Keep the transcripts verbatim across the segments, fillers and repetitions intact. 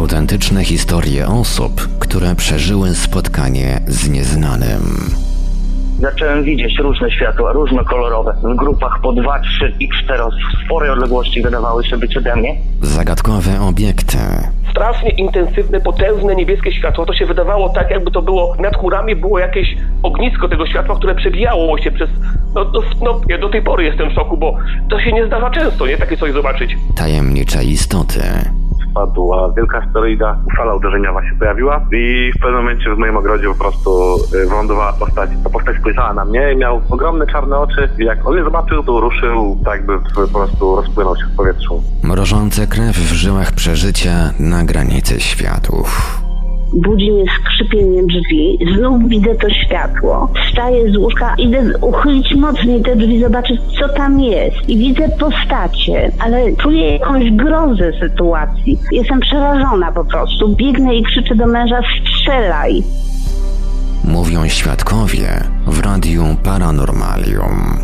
Autentyczne historie osób, które przeżyły spotkanie z nieznanym. Zacząłem widzieć różne światła, różnokolorowe, w grupach po dwa, trzy i cztery w sporej odległości wydawały się być ode mnie. Zagadkowe obiekty. Strasznie intensywne, potężne niebieskie światło. To się wydawało tak, jakby to było, nad chmurami było jakieś ognisko tego światła, które przebijało się przez... No, no, no ja do tej pory jestem w szoku, bo to się nie zdarza często, nie? Takie coś zobaczyć. Tajemnicze istoty. Wpadła wielka asteroida, fala uderzeniowa się pojawiła i w pewnym momencie w moim ogrodzie po prostu wylądowała postać. Ta postać spojrzała na mnie i miał ogromne czarne oczy i jak on mnie zobaczył, to ruszył, tak jakby po prostu rozpłynął się w powietrzu. Mrożące krew w żyłach przeżycia na granicy światów. Budzi mnie skrzypienie drzwi, znów widzę to światło. Wstaję z łóżka, idę uchylić mocniej te drzwi, zobaczyć co tam jest. I widzę postacie, ale czuję jakąś grozę sytuacji. Jestem przerażona po prostu. Biegnę i krzyczę do męża: strzelaj! Mówią świadkowie w Radiu Paranormalium.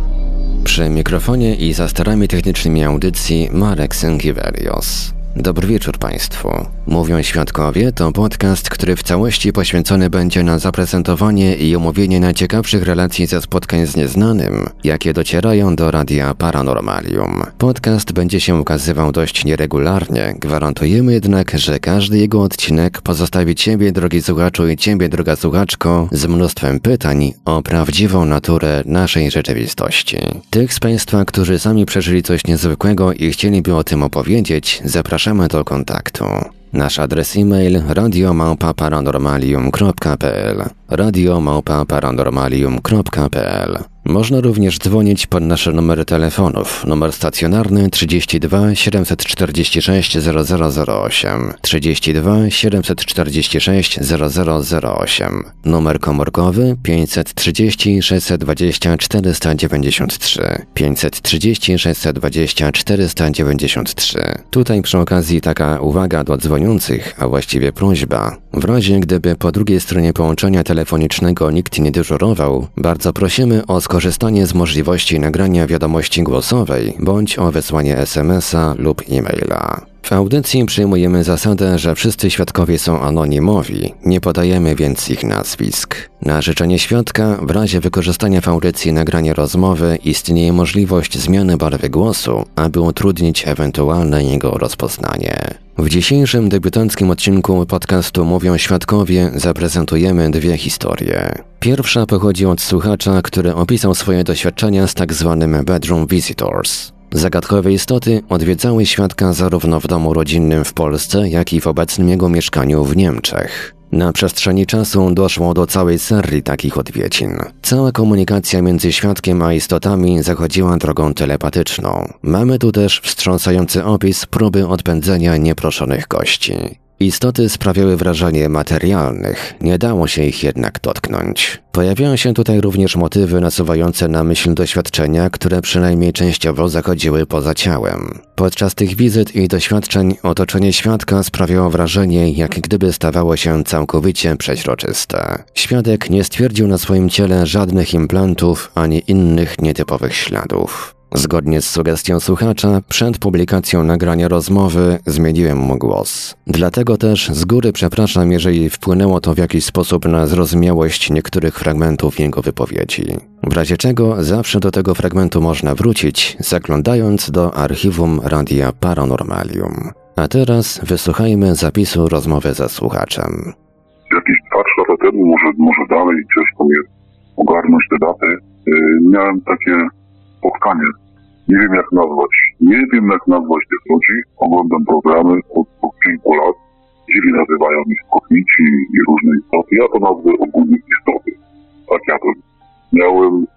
Przy mikrofonie i za sterami technicznymi audycji Marek Sękiewelios. Dobry wieczór Państwu. Mówią świadkowie to podcast, który w całości poświęcony będzie na zaprezentowanie i omówienie najciekawszych relacji ze spotkań z nieznanym, jakie docierają do Radia Paranormalium. Podcast będzie się ukazywał dość nieregularnie, gwarantujemy jednak, że każdy jego odcinek pozostawi Ciebie, drogi słuchaczu, i Ciebie, droga słuchaczko, z mnóstwem pytań o prawdziwą naturę naszej rzeczywistości. Tych z Państwa, którzy sami przeżyli coś niezwykłego i chcieliby o tym opowiedzieć, zapraszamy do kontaktu. Nasz adres e-mail radio małpa paranormalium kropka p l radio małpa paranormalium kropka p l. Można również dzwonić pod nasze numery telefonów. Numer stacjonarny trzydzieści dwa siedemset czterdzieści sześć zero zero zero osiem, trzydzieści dwa siedemset czterdzieści sześć zero zero zero osiem. Numer komórkowy pięćset trzydzieści sześćset dwadzieścia czterysta dziewięćdziesiąt trzy, pięćset trzydzieści sześćset dwadzieścia czterysta dziewięćdziesiąt trzy. Tutaj przy okazji taka uwaga do dzwoniących, a właściwie prośba. W razie gdyby po drugiej stronie połączenia telefonicznego nikt nie dyżurował, bardzo prosimy o skorzystanie z możliwości nagrania wiadomości głosowej bądź o wysłanie es em es a lub e-maila. W audycji przyjmujemy zasadę, że wszyscy świadkowie są anonimowi, nie podajemy więc ich nazwisk. Na życzenie świadka, w razie wykorzystania w audycji nagrania rozmowy, istnieje możliwość zmiany barwy głosu, aby utrudnić ewentualne jego rozpoznanie. W dzisiejszym debiutanckim odcinku podcastu Mówią Świadkowie zaprezentujemy dwie historie. Pierwsza pochodzi od słuchacza, który opisał swoje doświadczenia z tak zwanym bedroom visitors. Zagadkowe istoty odwiedzały świadka zarówno w domu rodzinnym w Polsce, jak i w obecnym jego mieszkaniu w Niemczech. Na przestrzeni czasu doszło do całej serii takich odwiedzin. Cała komunikacja między świadkiem a istotami zachodziła drogą telepatyczną. Mamy tu też wstrząsający opis próby odpędzenia nieproszonych gości. Istoty sprawiały wrażenie materialnych, nie dało się ich jednak dotknąć. Pojawiają się tutaj również motywy nasuwające na myśl doświadczenia, które przynajmniej częściowo zachodziły poza ciałem. Podczas tych wizyt i doświadczeń otoczenie świadka sprawiało wrażenie, jak gdyby stawało się całkowicie przeźroczyste. Świadek nie stwierdził na swoim ciele żadnych implantów ani innych nietypowych śladów. Zgodnie z sugestią słuchacza, przed publikacją nagrania rozmowy zmieniłem mu głos. Dlatego też z góry przepraszam, jeżeli wpłynęło to w jakiś sposób na zrozumiałość niektórych fragmentów jego wypowiedzi. W razie czego zawsze do tego fragmentu można wrócić, zaglądając do archiwum Radia Paranormalium. A teraz wysłuchajmy zapisu rozmowy ze słuchaczem. Jakieś dwa trzy lata temu, może, może dalej, ciężko mi jest ogarnąć te daty, yy, miałem takie spotkanie. Nie wiem jak nazwać. Nie wiem jak nazwać tych ludzi. Oglądam programy od, od kilku lat. Dziwi nazywają ich kosmici i różne istoty. Ja to nazwę ogólnie istoty. Tak ja to miałem e,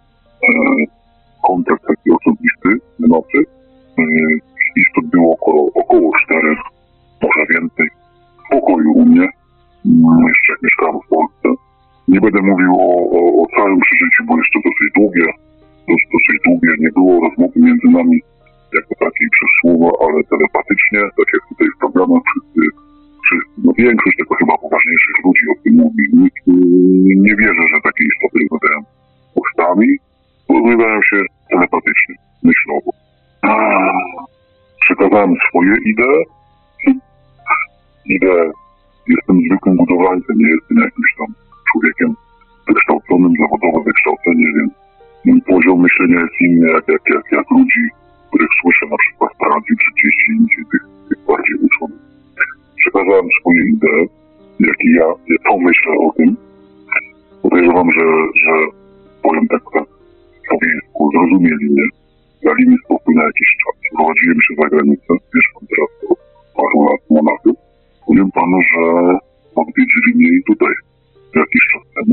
kontakt taki osobisty w nocy. E, istot było około, około czterech, może więcej. W pokoju u mnie. Jeszcze jak mieszkałem w Polsce. Nie będę mówił o, o, o całym przeżyciu, bo jest to dosyć długie. dosyć długie, nie było rozmowy między nami jako takiej przez słowo, ale telepatycznie, tak jak tutaj w programach wszyscy, wszyscy no większość tego chyba poważniejszych ludzi o tym mówi. Nikt nie, nie wierzy, że takie istoty rozmawiają ustami, rozmawiają się telepatycznie, myślowo. Przekazałem swoje idee idę, jestem zwykłym budowlańcem, nie jestem jakimś tam człowiekiem wykształconym, zawodowo wykształcenie, więc mój poziom myślenia jest inny jak, jak, jak, jak ludzi, których słyszę na przykład w Radiu trzydzieści, indziej tych, tych bardziej uczonych. Przekazałem swoje idee, jakie ja, ja to myślę o tym. Podejrzewam, że, że powiem tak, tak sobie zrozumieli mnie, dali mi spokój na jakiś czas. Prowadziłem się za granicę, mieszkam teraz od paru lat w Monachium. Powiem panu, że odwiedzili mnie i tutaj jakiś czas temu.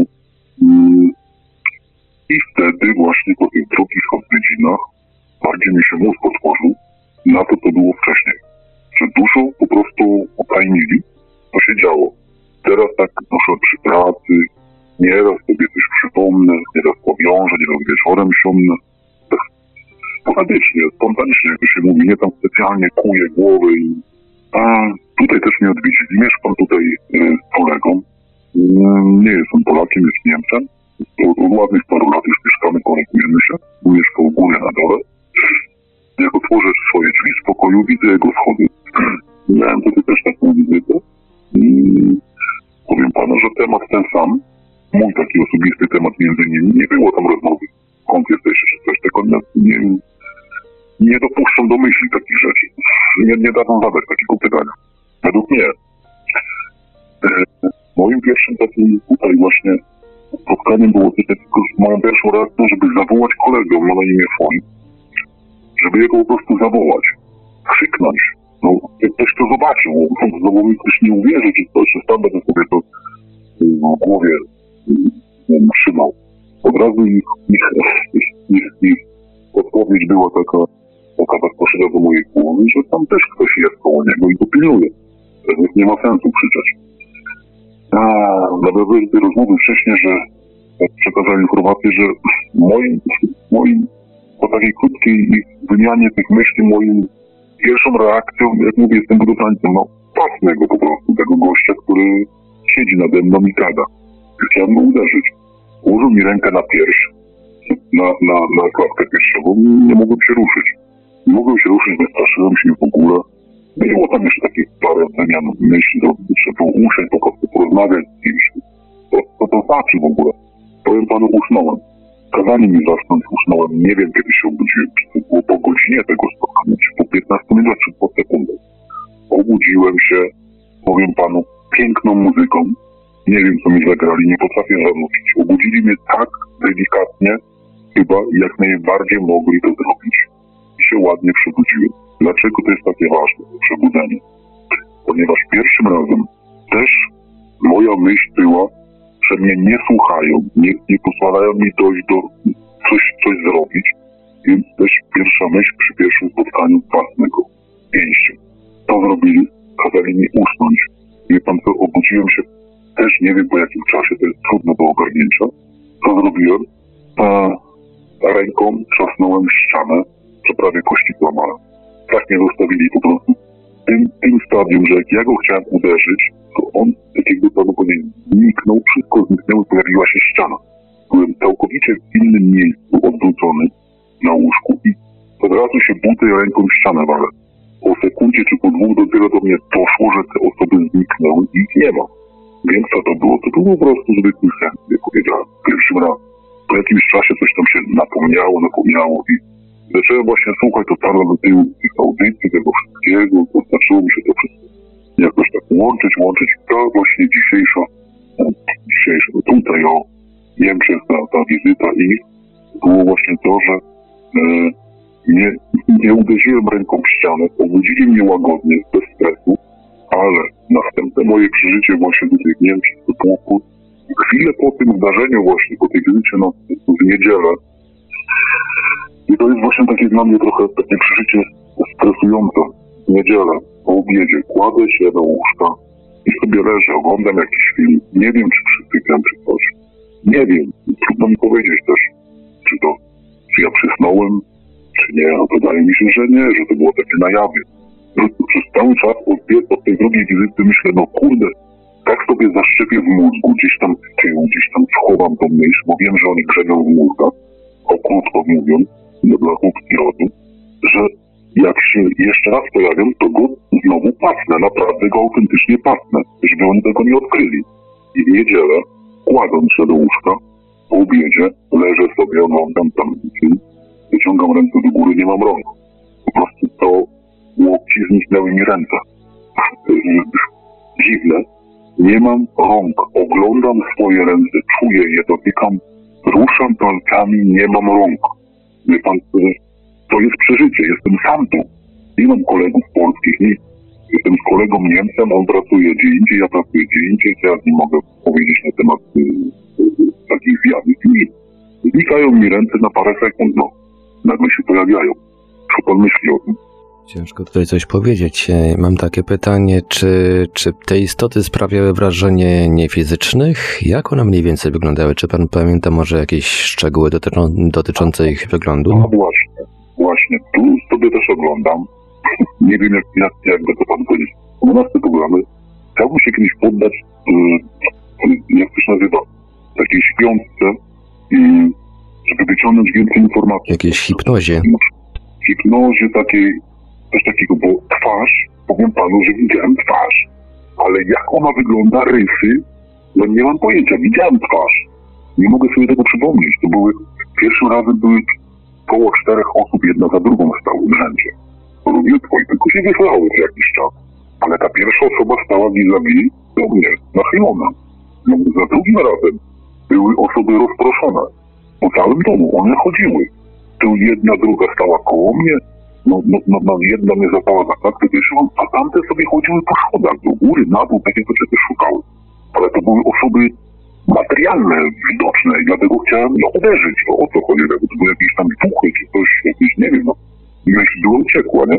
I wtedy właśnie po tych drugich odwiedzinach bardziej mi się mózg otworzył na to, co było wcześniej. Że dużo po prostu utajnili, co się działo. Teraz tak muszę przy pracy, nieraz sobie coś przypomnę, nieraz powiążę, nieraz wieczorem siąmnę. Tak sporadycznie, spontanicznie, jak to się mówi, nie tam specjalnie kuję głowy. I... A tutaj też mnie odwiedzili. Mieszkam tutaj y, z kolegą. Y, nie jestem Polakiem, jest Niemcem. Od, od ładnych paru lat już mieszkamy, komunikujemy się. Mieszkał w górę na dole. Jak otworzę swoje drzwi z pokoju, widzę jego schody. Miałem tutaj też taką wizytę. I powiem panu, że temat ten sam, mój taki osobisty temat między nimi, nie było tam rozmowy. Skąd jesteś, czy coś tego nie, nie dopuszczą do myśli takich rzeczy. Nie, nie dadzą zadać takiego pytania. Według mnie. E, moim pierwszym takim tutaj właśnie spotkaniem było coś takiego, moją pierwszą reakcją, żeby zawołać kolegę, ma na imię Fon. Żeby jego po prostu zawołać, krzyknąć. No, jak ktoś to zobaczył, znowu mi ktoś nie uwierzy, czy coś, że tam będę sobie to w głowie trzymał. Od razu ich, ich, ich, ich, ich odpowiedź była taka, taka bezpośrednia do mojej głowy, że tam też ktoś jest koło niego i to pilnuje. Więc nie ma sensu krzyczeć. A, nawiązałem tej rozmowy wcześniej, że przekazałem informację, że moim, moim po takiej krótkiej wymianie tych myśli, moim pierwszą reakcją, jak mówię, jestem budowlańcem, no pasnę go po prostu, tego gościa, który siedzi nade mną i gada. Chciałem go uderzyć. Ułożył mi rękę na pierś, na, na, na klatkę piersiową, nie mogłem się ruszyć. Nie mogłem się ruszyć, wystraszyłem się w ogóle. Było tam jeszcze takich parę wymian myśli, trzeba było usiąść, po prostu porozmawiać z kimś. To, to, to znaczy w ogóle. Powiem panu, usnąłem. Kazali mi zasnąć, usnąłem. Nie wiem, kiedy się obudziłem. Czy to było po godzinie tego spotkania, czy po piętnastu minutach, czy po sekundę. Obudziłem się, powiem panu, piękną muzyką. Nie wiem, co mi zagrali, nie potrafię zanucić. Obudzili mnie tak delikatnie, chyba jak najbardziej mogli to zrobić. I się ładnie przebudziłem. Dlaczego to jest takie ważne, przebudzenie? Ponieważ pierwszym razem też moja myśl była, że mnie nie słuchają, nie, nie pozwalają mi dojść do coś, coś zrobić, więc też pierwsza myśl przy pierwszym spotkaniu pasnę go pięścią. To zrobili, kazali mi usnąć. Wie pan co, obudziłem się, też nie wiem po jakim czasie, to jest trudno do ogarnięcia. Co zrobiłem? A, a ręką trzasnąłem w ścianę, że prawie kości złamałem. Tak mnie zostawili po prostu w tym, tym stadium, że jak ja go chciałem uderzyć, to on tak jakby prawdopodobnie zniknął, wszystko zniknęło, pojawiła się ściana. Byłem całkowicie w innym miejscu, odwrócony na łóżku i od razu się budzę ręką w ścianę walę. Po sekundzie czy po dwóch dopiero do mnie doszło, że te osoby zniknęły i ich nie ma. Więc co to było? To było po prostu zwykły sen, jak powiedziałem, pierwszym razem. Po jakimś czasie coś tam się napomniało, napomniało i zacząłem właśnie słuchać totalnie do tyłu tych audycji, tego wszystkiego, to zaczęło mi się to wszystko jakoś tak łączyć, łączyć. To właśnie dzisiejsza, dzisiejsza, tutaj o Niemczech ta, ta wizyta i było właśnie to, że e, nie, nie uderzyłem ręką w ścianę, obudzili mnie łagodnie, bez stresu, ale następne moje przeżycie właśnie tutaj w Niemczech to było po, chwilę po tym zdarzeniu właśnie, po tej wizycie no, w niedzielę. I to jest właśnie takie dla mnie trochę takie przeżycie stresujące. W niedzielę, po obiedzie, kładę się do łóżka i sobie leżę, oglądam jakiś film. Nie wiem, czy przytykam, czy coś. Nie wiem. Trudno mi powiedzieć też, czy to, czy ja przysnąłem, czy nie. A wydaje mi się, że nie, że to było takie na jawie. Przez cały czas od, od tej drugiej wizyty myślę, no kurde, tak sobie zaszczepię w mózgu, gdzieś tam z tyłu, gdzieś tam schowam tą myśl, bo wiem, że oni grzebią w mózgach, o krótko mówiąc, dla chłopki rodu, że Jak się jeszcze raz pojawiam, to go znowu pasnę, naprawdę go autentycznie pasnę, żeby oni tego nie odkryli. I w niedzielę, kładąc się do łóżka, po obiedzie, leżę sobie, oglądam tam film, wyciągam ręce do góry, nie mam rąk. Po prostu to łokci zniknęły mi ręce. Dziwne. Nie mam rąk. Oglądam swoje ręce, czuję je, dotykam, ruszam palcami, nie mam rąk. Wie pan, to jest przeżycie. Jestem sam tu. Nie mam kolegów polskich, nic. Jestem z kolegą Niemcem, on pracuje gdzie indziej, ja pracuję gdzie indziej, ja z nim mogę powiedzieć na temat y, y, takich zjawisk. Nic. Znikają mi ręce na parę sekund, no. Nagle się pojawiają. Co pan myśli o tym? Ciężko tutaj coś powiedzieć. Mam takie pytanie, czy, czy te istoty sprawiały wrażenie niefizycznych? Jak one mniej więcej wyglądały? Czy pan pamięta może jakieś szczegóły dotyczą, dotyczące ich wyglądu? No właśnie, właśnie. Tu sobie też oglądam. Nie wiem, jak, jak, jakby to pan powiedzieć. dwunaste programy. Chciałbym się kiedyś poddać, yy, jak to się nazywa, takiej śpiączce i żeby wyciągnąć więcej informacji. Jakiejś hipnozie? Hipnozie takiej, coś takiego, bo twarz, powiem panu, że widziałem twarz, ale jak ona wygląda, rysy, no nie mam pojęcia, widziałem twarz. Nie mogę sobie tego przypomnieć. To były, pierwszym razem były koło czterech osób, jedna za drugą stały w rzędzie. Lubiutko i tylko się wychylały co jakiś czas. Ale ta pierwsza osoba stała vis-a-vis do mnie, nachylona. No, za drugim razem były osoby rozproszone. Po całym domu one chodziły. Tu jedna, druga stała koło mnie, no, no, no, no jedna mnie zapała za klatkę piersiową, a tamte sobie chodziły po schodach, do góry, na dół, takiego czegoś szukały. Ale to były osoby materialne, widoczne i dlatego chciałem je uderzyć. O, o co chodzi? To były jakieś tam duchy, czy coś, jakieś, nie wiem, no. Myśl była uciekła, nie?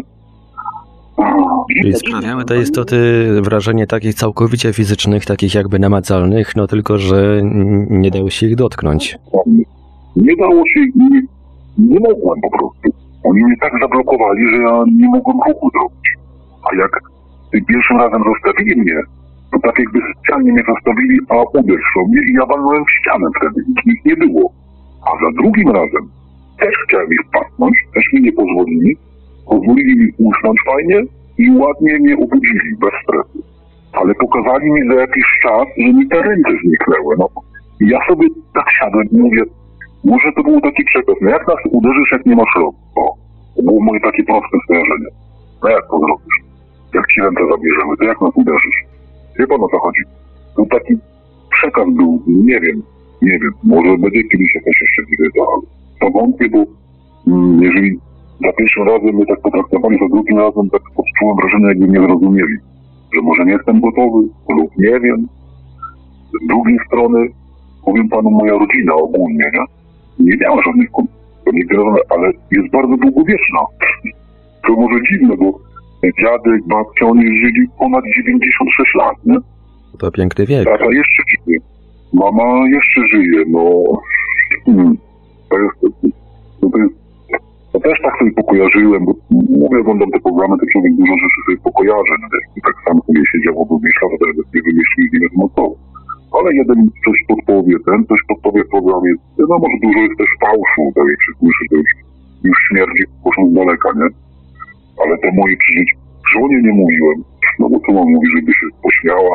Czyli sprawiały te istoty wrażenie takich całkowicie fizycznych, takich jakby namacalnych, no tylko, że nie dało się ich dotknąć. Nie dało się, nie, nie mogłem po prostu. Oni mnie tak zablokowali, że ja nie mogłem ruchu zrobić. A jak pierwszym razem zostawili mnie, to tak jakby specjalnie mnie zostawili, a uderzył mnie i ja walnąłem w ścianę wtedy. Ich nie było. A za drugim razem też chciałem ich pasnąć, też mi nie pozwolili. Pozwolili mi usnąć fajnie i ładnie mnie obudzili, bez stresu. Ale pokazali mi za jakiś czas, że mi te ręce zniknęły. No. I ja sobie tak siadłem i mówię, może to był taki przekaz, no jak nas uderzysz, jak nie masz rąk? O, to było moje takie proste skojarzenie. No jak to zrobisz? Jak ci ręce zabierzemy, to jak nas uderzysz? Wie pan o co chodzi? To taki przekaz był, nie wiem, nie wiem, może będzie kiedyś jakaś jeszcze wizyta, ale to wątpię, bo mm, jeżeli za pierwszym razem mnie tak potraktowali, za drugim razem tak odczułem wrażenie, jakby mnie zrozumieli. Że może nie jestem gotowy, lub nie wiem. Z drugiej strony, powiem panu, moja rodzina ogólnie, nie? Nie miała żadnych konfliktów, ale jest bardzo długowieczna. To może dziwne, bo dziadek, babcia, oni żyli ponad dziewięćdziesiąt sześć lat, nie? To piękny wiek. Tata jeszcze żyje. Mama jeszcze żyje, no... Hmm. To jest... To, to jest to też tak sobie pokojarzyłem, bo mówię, oglądam te programy, to człowiek dużo rzeczy sobie pokojarzy. No, i tak sam sobie siedział obok myśla, to też bez tego myśli nie wiem o co. Ale jeden coś podpowie, ten coś podpowie w programie. No może dużo jest też fałszu, tak jak się słyszy, to już, już śmierdzi poszło z daleka, nie? Ale te moje przeżycia, żonie nie mówiłem, no bo co mam mówić, żeby się pośmiała.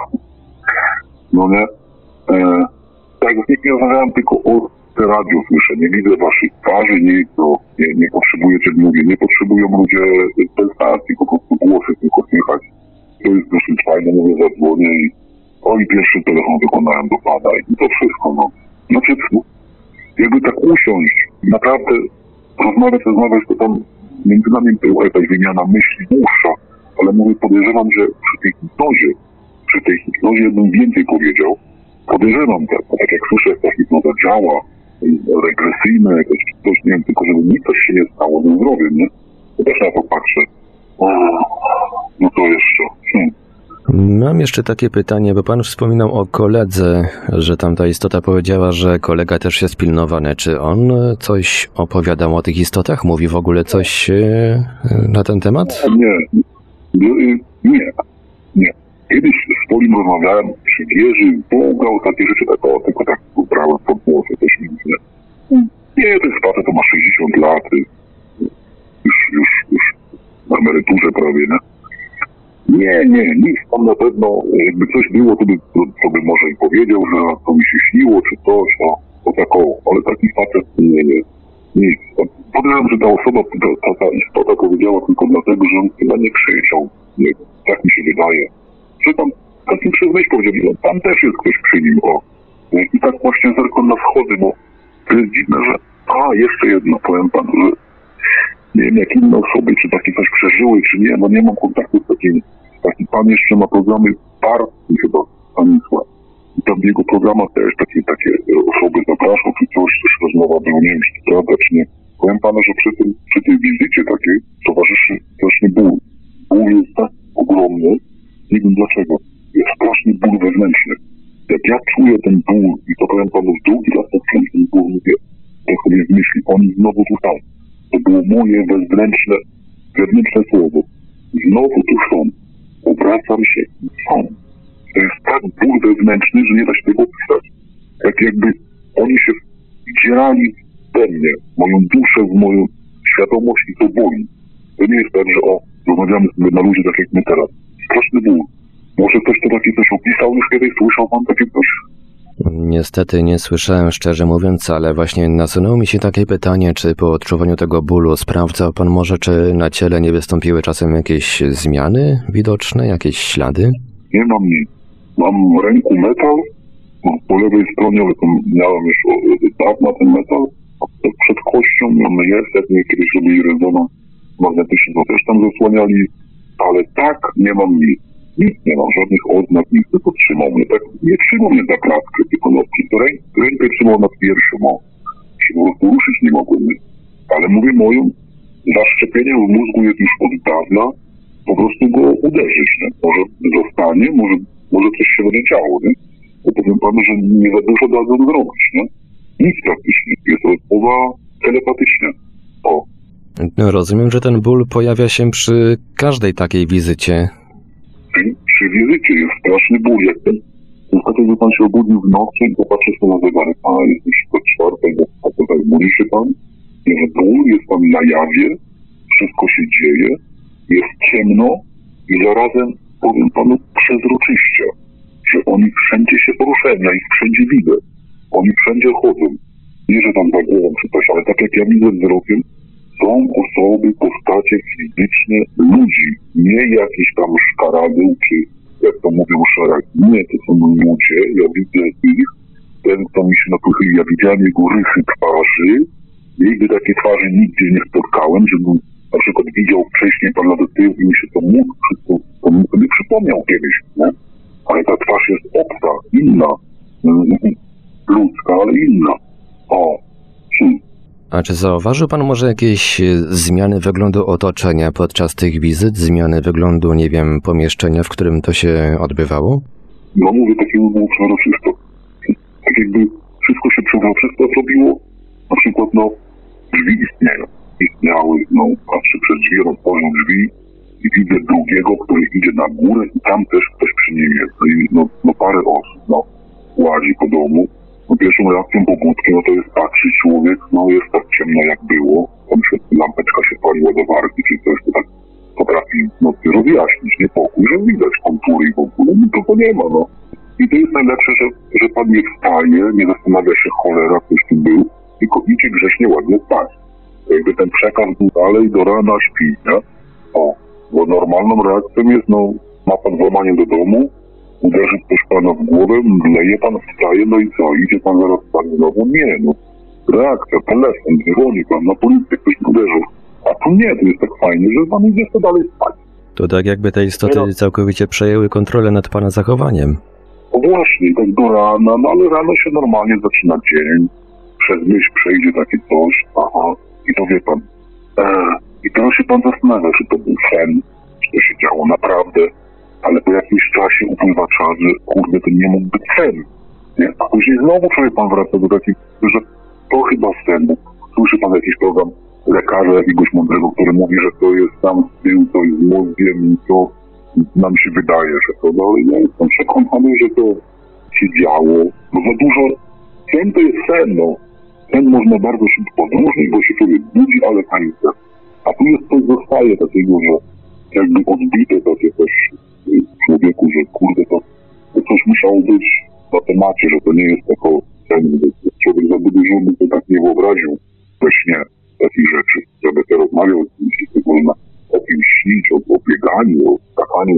No nie? E, tak, z nikt nie rozmawiałem, tylko o te radio słyszę, nie widzę waszych twarzy, nie, no, nie, nie potrzebuję, czego mówię, nie potrzebują ludzie sensacji, po prostu głosy tylko słychać. To jest dosyć fajne, mówię, zadzwonię i o i pierwszy telefon wykonałem do pada i to wszystko, no. Znaczy, jakby tak usiąść, naprawdę rozmawiać, rozmawiać, to tam między nami była jakaś wymiana myśli dłuższa, ale mówię, podejrzewam, że przy tej hipnozie, przy tej hipnozie bym więcej powiedział, podejrzewam tak, bo tak jak słyszę, jak ta hipnoza działa, regresyjne, jakoś coś, nie wiem, tylko żeby nic coś się nie stało ze zdrowiem, nie? To też na to patrzę. O, no to jeszcze. Hmm. Mam jeszcze takie pytanie, bo pan wspominał o koledze, że tamta istota powiedziała, że kolega też jest pilnowany. Czy on coś opowiadał o tych istotach? Mówi w ogóle coś na ten temat? Nie, nie, nie. nie. Kiedyś z Polim rozmawiałem przy wieży, błagał takie rzeczy, tak, o, tylko tak brałem pod głosę, też nic nie. Nie, ten facet to ma sześćdziesiąt lat, już, już, już emeryturze prawie, nie? Nie, nie, nic tam na pewno, jakby coś było, to by, to, to by może i powiedział, że to mi się śniło, czy coś, no, to takowo, ale taki facet, nie, nie, nic. Podejrzewam, że ta osoba, ta, ta, ta istota powiedziała tylko dlatego, że on chyba nie przyjechał, nie, tak mi się wydaje, że tam, takim przez myśl powiedział, tam też jest ktoś przy nim, o, nie? I tak właśnie zerkam na schody, bo to jest dziwne, że, a, jeszcze jedno, powiem panu, że nie wiem, jak inne osoby, czy takie coś przeżyły, czy nie, no nie mam kontaktu z takim. Taki pan jeszcze ma programy par, chyba, Stanisław. I tam w jego programach też takie, takie osoby zapraszał, czy coś, też rozmowa była, nie wiem, czy to prawda, czy nie. Powiem panu, że przy, tym, przy tej wizycie takiej towarzyszy straszny ból. Ból jest tak ogromny, nie wiem dlaczego. Jest straszny ból wewnętrzny. Jak ja czuję ten ból, i to powiem panu drugi raz, jak czuję ten ból, mówię, to sobie w myśli, oni znowu tu są. To było moje wewnętrzne, wewnętrzne słowo. Znowu tu są. Obracam się i są. To jest tak ból wewnętrzny, że nie da się tego opisać. Tak jakby oni się wdzierali we mnie, moją duszę, w moją świadomość i to boli. To nie jest tak, że o, rozmawiamy sobie na ludzie tak jak my teraz. Straszny ból. Może ktoś to takie coś opisał już kiedyś? Słyszał pan takie coś? Niestety nie słyszałem, szczerze mówiąc, ale właśnie nasunęło mi się takie pytanie, czy po odczuwaniu tego bólu sprawdzał pan może, czy na ciele nie wystąpiły czasem jakieś zmiany widoczne, jakieś ślady? Nie mam nic. Mam w ręku metal, no, po lewej stronie, ale to miałem już od dawna ten metal, a przed kością on jest, jak mnie kiedyś robili rezonans magnetyczny, to też tam zasłaniali, ale tak nie mam nic. Nic nie mam, żadnych oznak, nic, tylko trzymał mnie tak, nie trzymał mnie za klatkę, tylko no, rękę, rękę trzymał nad piersią, o, się po prostu ruszyć nie mogłem, nie? Ale mówię moją, zaszczepienie w mózgu jest już od dawna, po prostu go uderzyć, nie? Może zostanie, może, może coś się będzie działo, nie? Bo powiem panu, że nie za dużo dadzą zrobić, nie? Nic praktycznie, jest rozmowa telepatycznie, o. No, rozumiem, że ten ból pojawia się przy każdej takiej wizycie. Przy, przy wizycie jest straszny ból, jak ten, wystarczy, że pan się obudził w nocy i popatrzy sobie na zegarek, a jest już to czwartek, a to tak boli się pan, że ból, jest pan na jawie, wszystko się dzieje, jest ciemno i zarazem, powiem panu, przezroczyście, że oni wszędzie się poruszają, ja ich wszędzie widzę, oni wszędzie chodzą, nie, że tam za głową czy coś, ale tak jak ja widzę wzrokiem, są osoby, postacie fizyczne ludzi, nie jakiś tam szkaradeł, czy jak to mówią szereg. Nie, to są ludzie, ja widzę ich, ten, kto mi się napochylił, ja widziałem jego rysy twarzy, nigdy takiej twarzy nigdzie nie spotkałem, żebym na przykład widział wcześniej pan do tyłu i mi się to mógł, wszystko, to mi sobie przypomniał kiedyś, nie? Ale ta twarz jest obca, inna, ludzka, ale inna. O, hmm. A czy zauważył pan może jakieś zmiany wyglądu otoczenia podczas tych wizyt? Zmiany wyglądu, nie wiem, pomieszczenia, w którym to się odbywało? No mówię, takiego było przezroczysto. Tak jakby wszystko się przezroczysto zrobiło. Na przykład, no, drzwi istnieją. Istniały, no, patrzę przez drzwi, otworzył drzwi i widzę drugiego, który idzie na górę i tam też ktoś przy nim jest. No, i, no, no parę osób, no, łazi po domu. No, pierwszą reakcją pobudki, no to jest patrzeć człowiek, no jest tak ciemno jak było, tam się lampeczka się paliła do warki, czy coś, to tak potrafi no, rozjaśnić niepokój, że widać kontury i w ogóle, no to to nie ma, no. I to jest najlepsze, że, że pan nie wstaje, nie zastanawia się cholera, ktoś tu był, tylko idzie grzecznie ładnie spać. To jakby ten przekaz był dalej do rana śpi, nie? O, bo normalną reakcją jest, no, ma pan włamanie do domu, uderzy ktoś pana w głowę, mdleje pan, wstaje, no i co? Idzie pan zaraz spać znowu? Nie, no. Reakcja, telefon, dzwoni pan, na policję ktoś uderzył. A tu nie, to jest tak fajnie, że pan idzie sobie dalej spać. To tak jakby te istoty no. całkowicie przejęły kontrolę nad pana zachowaniem. No właśnie, tak do rana, no ale rano się normalnie zaczyna dzień. Przez myśl przejdzie takie coś, aha, i to wie pan. Eee, I teraz się pan zastanawia, czy to był sen, czy to się działo naprawdę. Ale po jakimś czasie upływa czas, że kurde, to nie mógł być sen. Nie? A później znowu człowiek pan wraca do takich, że to chyba sen, bo słyszy pan jakiś program lekarza jakiegoś mądrego, który mówi, że to jest tam z tyłu, to jest z mózgiem i to nam się wydaje, że to, no ale ja jestem przekonany, że to się działo. Bo za dużo, sen to jest sen, no. Sen można bardzo szybko odróżnić, bo się człowiek budzi, ale pani sen. A tu jest coś zostaje takiego, że jakby odbite takie też w człowieku, że kurde, to, to coś musiało być na temacie, że to nie jest tako, ten, człowiek za dużo by to tak nie wyobraził we śnie takich rzeczy, żeby to rozmawiał z kimś, że można o kimś śnić, o, o bieganiu, o skakaniu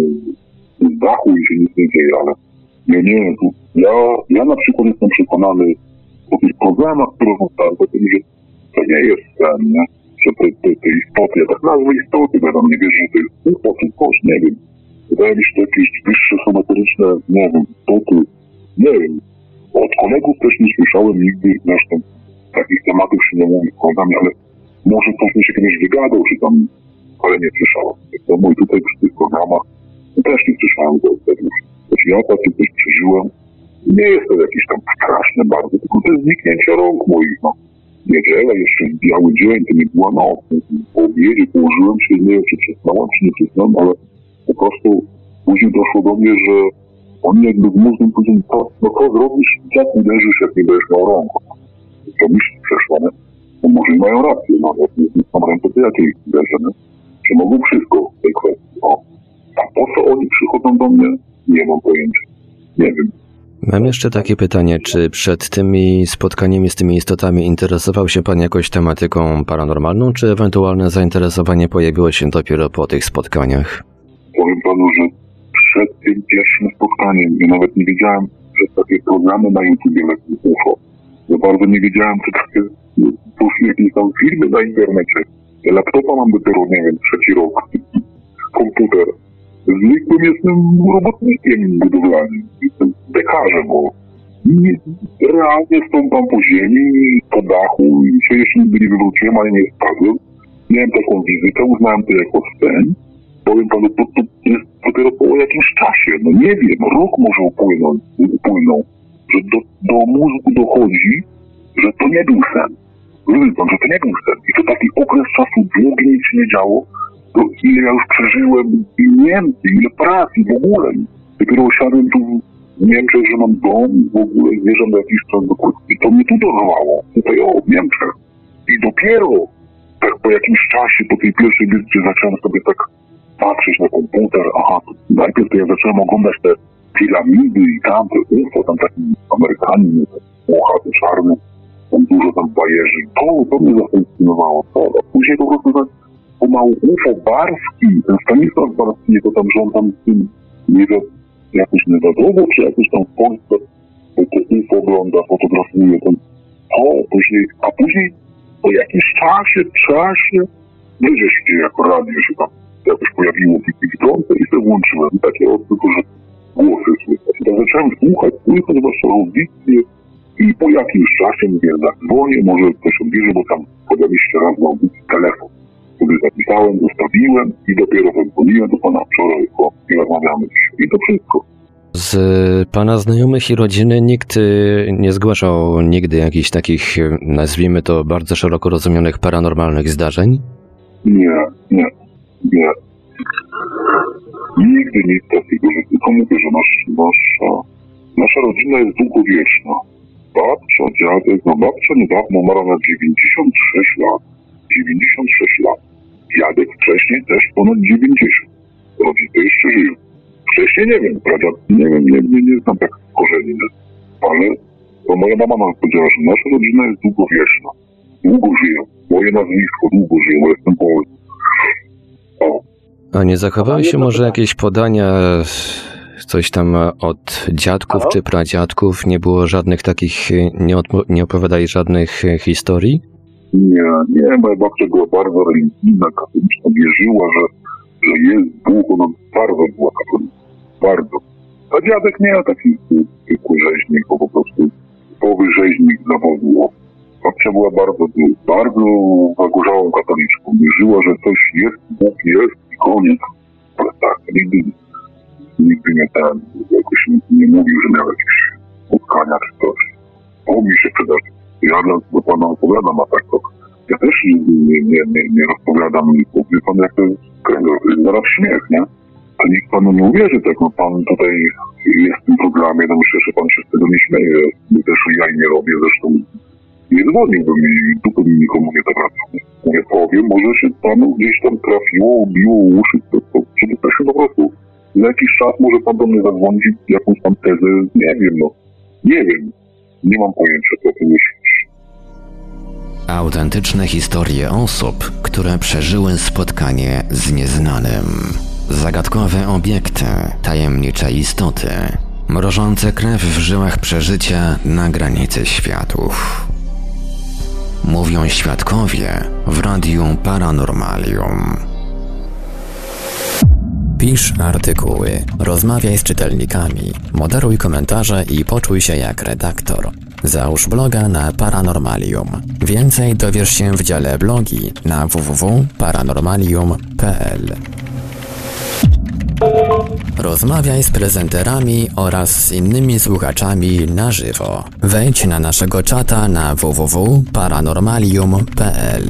z dachu i się nic nie dzieje, ale nie, nie, tu, ja, ja na przykład jestem przekonany po tych problemach, które powstały, po tym, że to nie jest sen, nie? Że te, te, te istoty, ja tak nazwę istoty, bo ja tam nie wierzę, że to jest U F O czy coś, nie wiem. Wydaje mi się, że jakieś wyższe somatyczne, nie wiem, istoty, nie wiem. Od kolegów też nie słyszałem nigdy, zresztą takich tematów się nie mówi z kolegami, ale może ktoś mi się kiedyś wygadał, czy tam, ale nie słyszałem. No i tutaj przy tych programach też nie słyszałem tego. Choć ja takie coś przeżyłem, nie jest to jakieś tam straszne bardzo, tylko to jest zniknięcie rąk moich, no. Niedziela, jeszcze biały dzień, to nie była noc. Po obiedzie położyłem się, nie wiem, czy przesnąłem, czy nie przesnąłem, ale po prostu później doszło do mnie, że oni jakby w mózgu powiedzieli, to, no co zrobisz, jak uderzysz, jak nie będziesz miał rąk. To myśl przeszła, nie? No może i mają rację, no, jak nie mam rękę, to jakiej uderzę, nie? Że mogą wszystko w tej kwestii, no. A po co oni przychodzą do mnie? Nie mam pojęcia. Nie wiem. Mam jeszcze takie pytanie, czy przed tymi spotkaniami z tymi istotami interesował się Pan jakoś tematyką paranormalną, czy ewentualne zainteresowanie pojawiło się dopiero po tych spotkaniach? Powiem Panu, że przed tym pierwszym spotkaniem ja nawet nie wiedziałem, że takie programy na YouTube lecą U F O. Ja bardzo nie wiedziałem, czy takie poszły jakieś tam filmy na internecie. Ja laptopa mam dopiero, nie wiem, trzeci rok. Komputer. Zwykłym jestem robotnikiem budowlanym, jestem dekarzem, bo nie, realnie stąpam po ziemi, po dachu i się jeszcze nigdy nie wywróciłem, ale nie spadłem. Miałem taką wizytę, uznałem to jako sen. Powiem Panu, to, to jest dopiero po jakimś czasie, no nie wiem, rok może upłynął, upłynął że do, do mózgu dochodzi, że to nie był sen. Rozumie Pan, że to nie był sen. I to taki okres czasu długi, nic się nie działo. To ile ja już przeżyłem i Niemcy, ile pracy w ogóle. Dopiero osiadłem tu w Niemczech, że mam dom w ogóle, zmierzam do jakichś czas do Polski. I to mnie tu dorwało, tutaj o, w Niemczech. I dopiero tak po jakimś czasie, po tej pierwszej wizycie zacząłem sobie tak patrzeć na komputer. Aha, to najpierw to ja zacząłem oglądać te piramidy i tam, te U F O, tam taki Amerykanin, włochaty, czarny, tam dużo tam bajerzy. To, to mnie zafascynowało. To, a później po prostu tak pomału U F O Barski, ten Stanisław Barski, to tam, że on tam z tym, nie wiem, jakoś niewiadomo, czy jakoś tam w Polsce, to U F O ogląda, fotografuje, ten, o, później, a później po jakimś czasie, czasie, ludzie się jako radio się tam jakoś pojawiło w tej stronce i sobie włączyłem. I takie odbyło, że głosy słychać. I tak zacząłem słuchać, słychać wasze audycje i po jakimś czasie mówię, zadzwonię, może ktoś odbierze, bo tam pojawi się raz na audycji telefon. Wtedy zapisałem, ustawiłem i dopiero zadzwoniłem do Pana wczoraj i rozmawiamy dziś. I to wszystko. Z Pana znajomych i rodziny nikt nie zgłaszał nigdy jakichś takich, nazwijmy to, bardzo szeroko rozumianych paranormalnych zdarzeń? Nie, nie, nie. Nigdy nic takiego, że tylko mówię, że nasz, nasza, nasza rodzina jest długowieczna. Babcia, dziadek, no babcia niedawno umarła na dziewięćdziesiąt sześć lat. dziewięćdziesiąt sześć lat. Dziadek wcześniej też ponad dziewięćdziesiąt. Rodzice jeszcze żyją. Wcześniej nie wiem, prawda? Nie wiem, nie, nie, nie znam tak korzeni, ale to moja mama nam powiedziała, że nasza rodzina jest długowieczna. Długo żyją. Moje nazwisko długo żyją, ale jestem Polak. A nie zachowały się może jakieś podania, coś tam od dziadków Halo? czy pradziadków? Nie było żadnych takich, nie, odpo- nie opowiadali żadnych historii? Nie, nie, moja babcia była bardzo religijna, katoliczna, wierzyła, że, że jest Bóg, ona bardzo była katoliczna, bardzo. A dziadek nie miał taki zwykły rzeźnik, bo po prostu typowy rzeźnik z zawodu. Babcia była bardzo, bardzo zagorzałą katoliczką, wierzyła, że coś jest, Bóg jest i koniec. Ale tak, nigdy, nigdy nie ten, jakoś nikt nie mówił, że miał jakieś spotkania czy coś. To mi się przydarzy. Ja do Pana opowiadam, a tak to ja też nie, nie, nie, nie rozpowiadam, bo wie Pan, jak to jest kręgosłup, to jest zaraz śmiech, nie? A nikt Panu nie uwierzy, tak, no Pan tutaj jest w tym programie, no myślę, że Pan się z tego nie śmieje, my też ja i nie robię, zresztą nie dzwoniłbym i dupy nikomu nie zawracał. Mówię, powiem, może się panu gdzieś tam trafiło, biło uszy, to, to, to się po prostu za jakiś czas może pan do mnie zadzwonić jakąś tam tezę, nie wiem, no, nie wiem, nie mam pojęcia, co to jest. Autentyczne historie osób, które przeżyły spotkanie z nieznanym. Zagadkowe obiekty, tajemnicze istoty, mrożące krew w żyłach przeżycia na granicy światów. Mówią świadkowie w Radiu Paranormalium. Pisz artykuły, rozmawiaj z czytelnikami, moderuj komentarze i poczuj się jak redaktor. Załóż bloga na Paranormalium. Więcej dowiesz się w dziale blogi na w w w kropka paranormalium kropka p l. Rozmawiaj z prezenterami oraz z innymi słuchaczami na żywo. Wejdź na naszego czata na w w w kropka paranormalium kropka p l.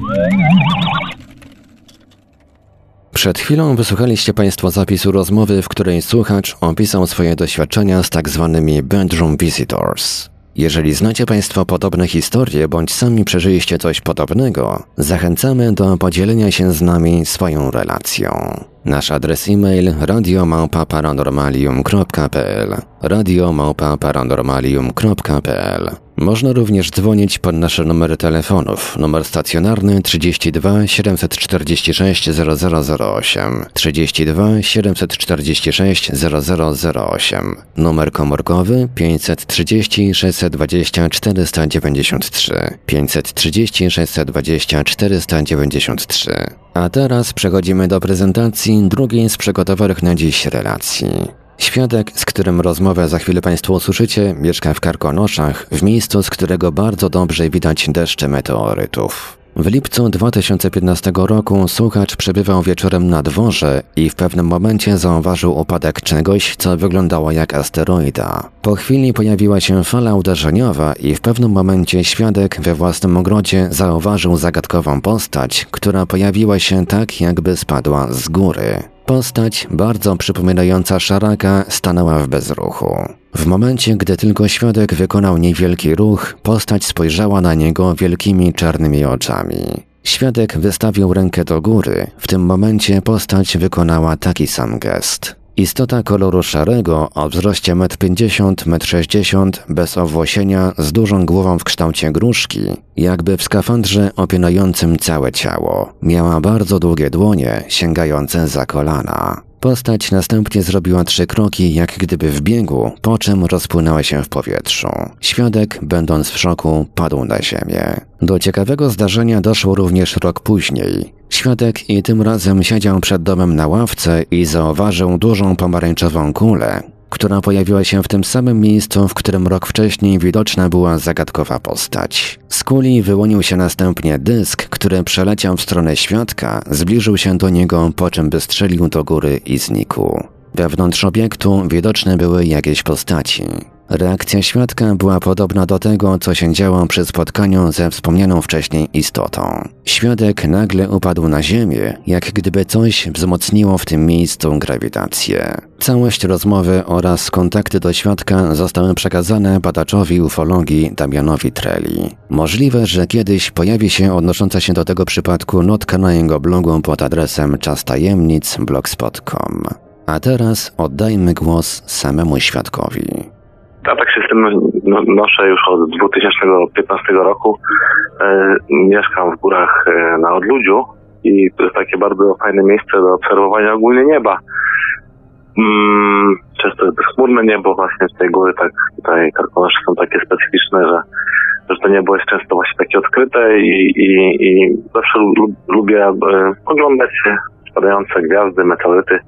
Przed chwilą wysłuchaliście Państwo zapisu rozmowy, w której słuchacz opisał swoje doświadczenia z tak zwanymi bedroom visitors. Jeżeli znacie Państwo podobne historie, bądź sami przeżyliście coś podobnego, zachęcamy do podzielenia się z nami swoją relacją. Nasz adres e-mail radio małpa paranormalium kropka p l radio małpa paranormalium kropka p l. Można również dzwonić pod nasze numery telefonów. Numer stacjonarny trzydzieści dwa siedemset czterdzieści sześć zero zero zero osiem, trzydzieści dwa siedemset czterdzieści sześć zero zero zero osiem. Numer komórkowy pięćset trzydzieści sześćset dwadzieścia czterysta dziewięćdziesiąt trzy, pięćset trzydzieści sześćset dwadzieścia czterysta dziewięćdziesiąt trzy. A teraz przechodzimy do prezentacji drugiej z przygotowanych na dziś relacji. Świadek, z którym rozmowę za chwilę Państwo usłyszycie, mieszka w Karkonoszach, w miejscu, z którego bardzo dobrze widać deszcze meteorytów. W lipcu dwa tysiące piętnastego roku słuchacz przebywał wieczorem na dworze i w pewnym momencie zauważył upadek czegoś, co wyglądało jak asteroida. Po chwili pojawiła się fala uderzeniowa i w pewnym momencie świadek we własnym ogrodzie zauważył zagadkową postać, która pojawiła się tak, jakby spadła z góry. Postać, bardzo przypominająca szaraka, stanęła w bezruchu. W momencie, gdy tylko świadek wykonał niewielki ruch, postać spojrzała na niego wielkimi czarnymi oczami. Świadek wystawił rękę do góry. W tym momencie postać wykonała taki sam gest. Istota koloru szarego, o wzroście metr pięćdziesiąt, metr sześćdziesiąt, bez owłosienia, z dużą głową w kształcie gruszki, jakby w skafandrze opinającym całe ciało. Miała bardzo długie dłonie, sięgające za kolana. Postać następnie zrobiła trzy kroki, jak gdyby w biegu, po czym rozpłynęła się w powietrzu. Świadek, będąc w szoku, padł na ziemię. Do ciekawego zdarzenia doszło również rok później. Świadek i tym razem siedział przed domem na ławce i zauważył dużą pomarańczową kulę, która pojawiła się w tym samym miejscu, w którym rok wcześniej widoczna była zagadkowa postać. Z kuli wyłonił się następnie dysk, który przeleciał w stronę świadka, zbliżył się do niego, po czym wystrzelił do góry i znikł. Wewnątrz obiektu widoczne były jakieś postaci. Reakcja świadka była podobna do tego, co się działo przy spotkaniu ze wspomnianą wcześniej istotą. Świadek nagle upadł na ziemię, jak gdyby coś wzmocniło w tym miejscu grawitację. Całość rozmowy oraz kontakty do świadka zostały przekazane badaczowi ufologii Damianowi Treli. Możliwe, że kiedyś pojawi się odnosząca się do tego przypadku notka na jego blogu pod adresem czas tajemnic blogspot kropka com. A teraz oddajmy głos samemu świadkowi. Ja tak się z tym no, noszę już od dwa tysiące piętnastego roku. E, mieszkam w górach e, na Odludziu i to jest takie bardzo fajne miejsce do obserwowania ogólnie nieba. Mm, często jest chmurne niebo właśnie z tej góry, tak tutaj Karkonosze są takie specyficzne, że, że to niebo jest często właśnie takie odkryte i, i, i zawsze lub, lubię e, oglądać spadające gwiazdy, meteoryty.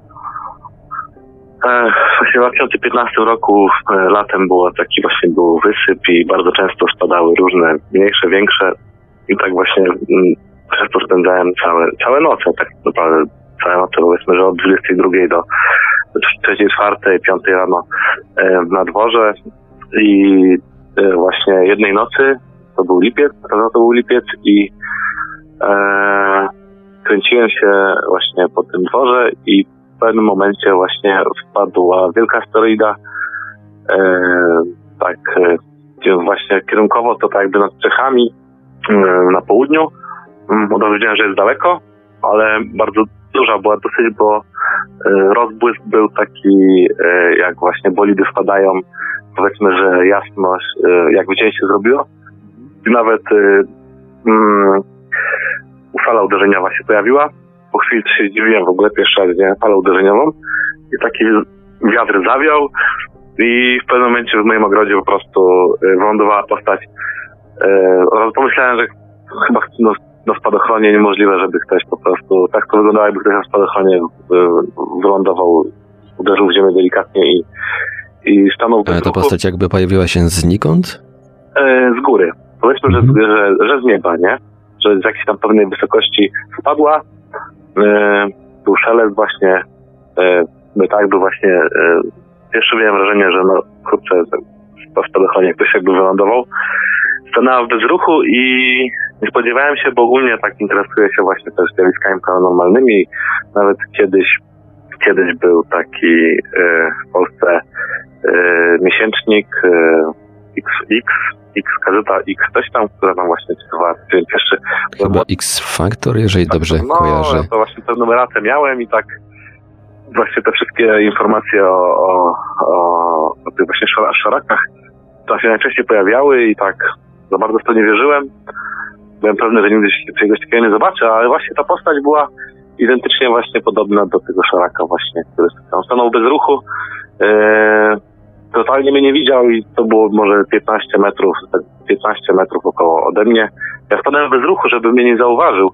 Właśnie w dwa tysiące piętnastym roku latem było taki właśnie był wysyp i bardzo często spadały różne mniejsze, większe i tak właśnie często spędzałem całe, całe noce, tak naprawdę całe noce, powiedzmy, że od dwudziestej drugiej do trzeciej, czwartej, piątej rano na dworze i właśnie jednej nocy, to był lipiec, to był lipiec i e, kręciłem się właśnie po tym dworze i w pewnym momencie właśnie wpadła wielka asteroida, e, tak e, właśnie kierunkowo, to tak jakby nad Czechami na południu. Od razu wiedziałem, że jest daleko, ale bardzo duża była dosyć, bo rozbłysk był taki, jak właśnie bolidy wpadają, powiedzmy, że jasność, jak w dzień się zrobiło. I nawet um, fala uderzeniowa się pojawiła. Po chwili się zdziwiłem w ogóle pierwszy raz, nie, falę uderzeniową. I taki wiatr zawiał i w pewnym momencie w moim ogrodzie po prostu wylądowała postać. Oraz pomyślałem, że chyba no, na spadochronie niemożliwe, żeby ktoś po prostu, tak to wyglądało, jakby ktoś na spadochronie wylądował, uderzył w ziemię delikatnie i, i stanął. Ale ta postać jakby pojawiła się znikąd? Z góry. Powiedzmy, mhm. że, że, że z nieba, nie? Że z jakiejś tam pewnej wysokości spadła. Był szelest właśnie, tak, był właśnie, jeszcze miałem wrażenie, że no kurczę, po spadochronie ktoś jakby wylądował. Stanęła w bezruchu i nie spodziewałem się, bo ogólnie tak interesuję się właśnie też zjawiskami paranormalnymi. Nawet kiedyś, kiedyś był taki w Polsce miesięcznik X X, X, gazeta X, coś tam, która tam właśnie czytała jeszcze... Chyba X-Factor, jeżeli dobrze no, kojarzę. No, to właśnie tę numerację miałem i tak właśnie te wszystkie informacje o, o, o, o tych właśnie szarakach tam się najczęściej pojawiały i tak za bardzo w to nie wierzyłem. Byłem pewny, że nigdy się czegoś takiego nie zobaczę, ale właśnie ta postać była identycznie właśnie podobna do tego szaraka właśnie, który tam stanął bez ruchu. Eee, totalnie mnie nie widział i to było może piętnaście metrów, piętnaście metrów około ode mnie. Ja stanąłem bez ruchu, żeby mnie nie zauważył.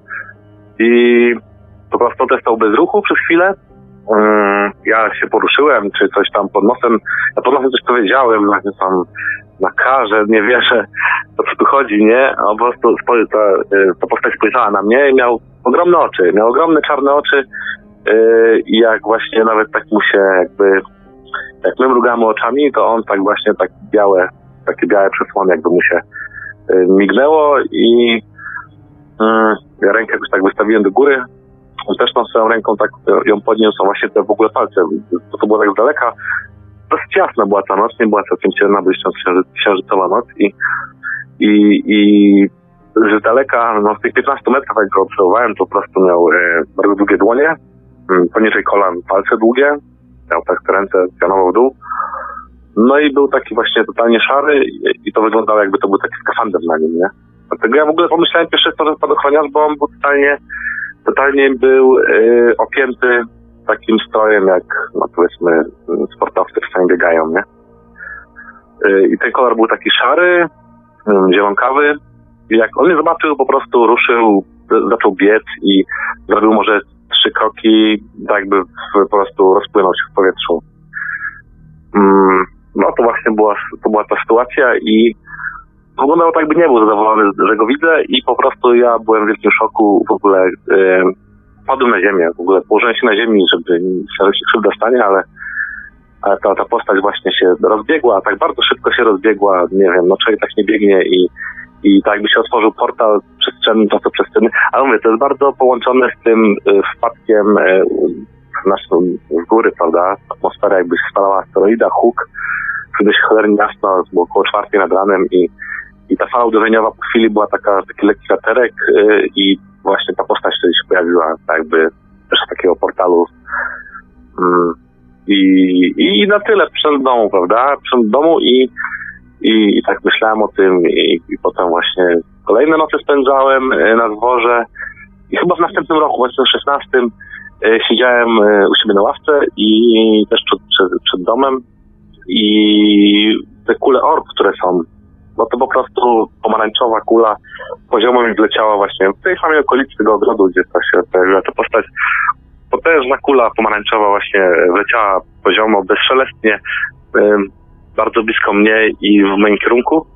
I po prostu też stał bez ruchu przez chwilę. Um, ja się poruszyłem, czy coś tam pod nosem. Ja pod nosem coś powiedziałem, na tam na karze, nie wierzę, o co tu chodzi, nie? A po prostu ta, ta postać spojrzała na mnie i miał ogromne oczy, miał ogromne czarne oczy yy, i jak właśnie nawet tak mu się jakby, jak my mrugamy oczami, to on tak właśnie tak białe, takie białe przesłony jakby mu się yy, mignęło i yy, ja rękę jakoś tak wystawiłem do góry. On też tą swoją ręką tak ją podniósł, a właśnie te w ogóle palce, to, to było tak z daleka. Dosyć jasna była ta noc, nie była całkiem ciemna, bo jeszcze księżycowa noc i, i, i z daleka, no z tych piętnastu metrów, jak go obserwowałem, to po prostu miał e, bardzo długie dłonie, m, poniżej kolan palce długie, miał tak te ręce pionowo w dół. No i był taki właśnie totalnie szary i, i to wyglądało, jakby to był taki skafander na nim, nie? Dlatego ja w ogóle pomyślałem pierwsze to, że spadochroniarz, bo on był totalnie, totalnie był e, opięty takim strojem, jak, no powiedzmy, sportowcy czasami biegają, nie? I ten kolor był taki szary, zielonkawy. I jak on mnie zobaczył, po prostu ruszył, zaczął biec i zrobił może trzy kroki, tak jakby po prostu rozpłynął się w powietrzu. No to właśnie była, to była ta sytuacja i wyglądało tak, by nie był zadowolony, że go widzę i po prostu ja byłem w wielkim szoku w ogóle. Padłem na ziemię, w ogóle położyłem się na ziemi, żeby się krzywda stanie, ale, ale ta, ta postać właśnie się rozbiegła, tak bardzo szybko się rozbiegła, nie wiem, no człowiek tak nie biegnie i, i tak jakby się otworzył portal przestrzenny, czasoprzestrzenny, ale mówię, to jest bardzo połączone z tym y, wpadkiem y, naszą z góry, prawda, atmosfera jakby się spalała asteroida, huk, wtedy się cholernie jasno, było około czwartej nad ranem i, i ta fala uderzeniowa po chwili była taka, taki lekki wiaterek y, i właśnie ta postać wtedy się pojawiła, tak jakby też z takiego portalu. Mm. I, I na tyle przyszedłem do domu, prawda? Przyszedłem do domu i, i, i tak myślałem o tym i, i potem właśnie kolejne noce spędzałem na dworze i chyba w następnym roku, właśnie w szesnastym, siedziałem u siebie na ławce i też przed, przed, przed domem i te kule orb, które są, no to po prostu pomarańczowa kula poziomo mi wleciała właśnie w tej samej okolicy tego ogrodu, gdzie ta się pojawiła ta postać. Potężna kula pomarańczowa właśnie wleciała poziomo, bezszelestnie, ym, bardzo blisko mnie i w moim kierunku.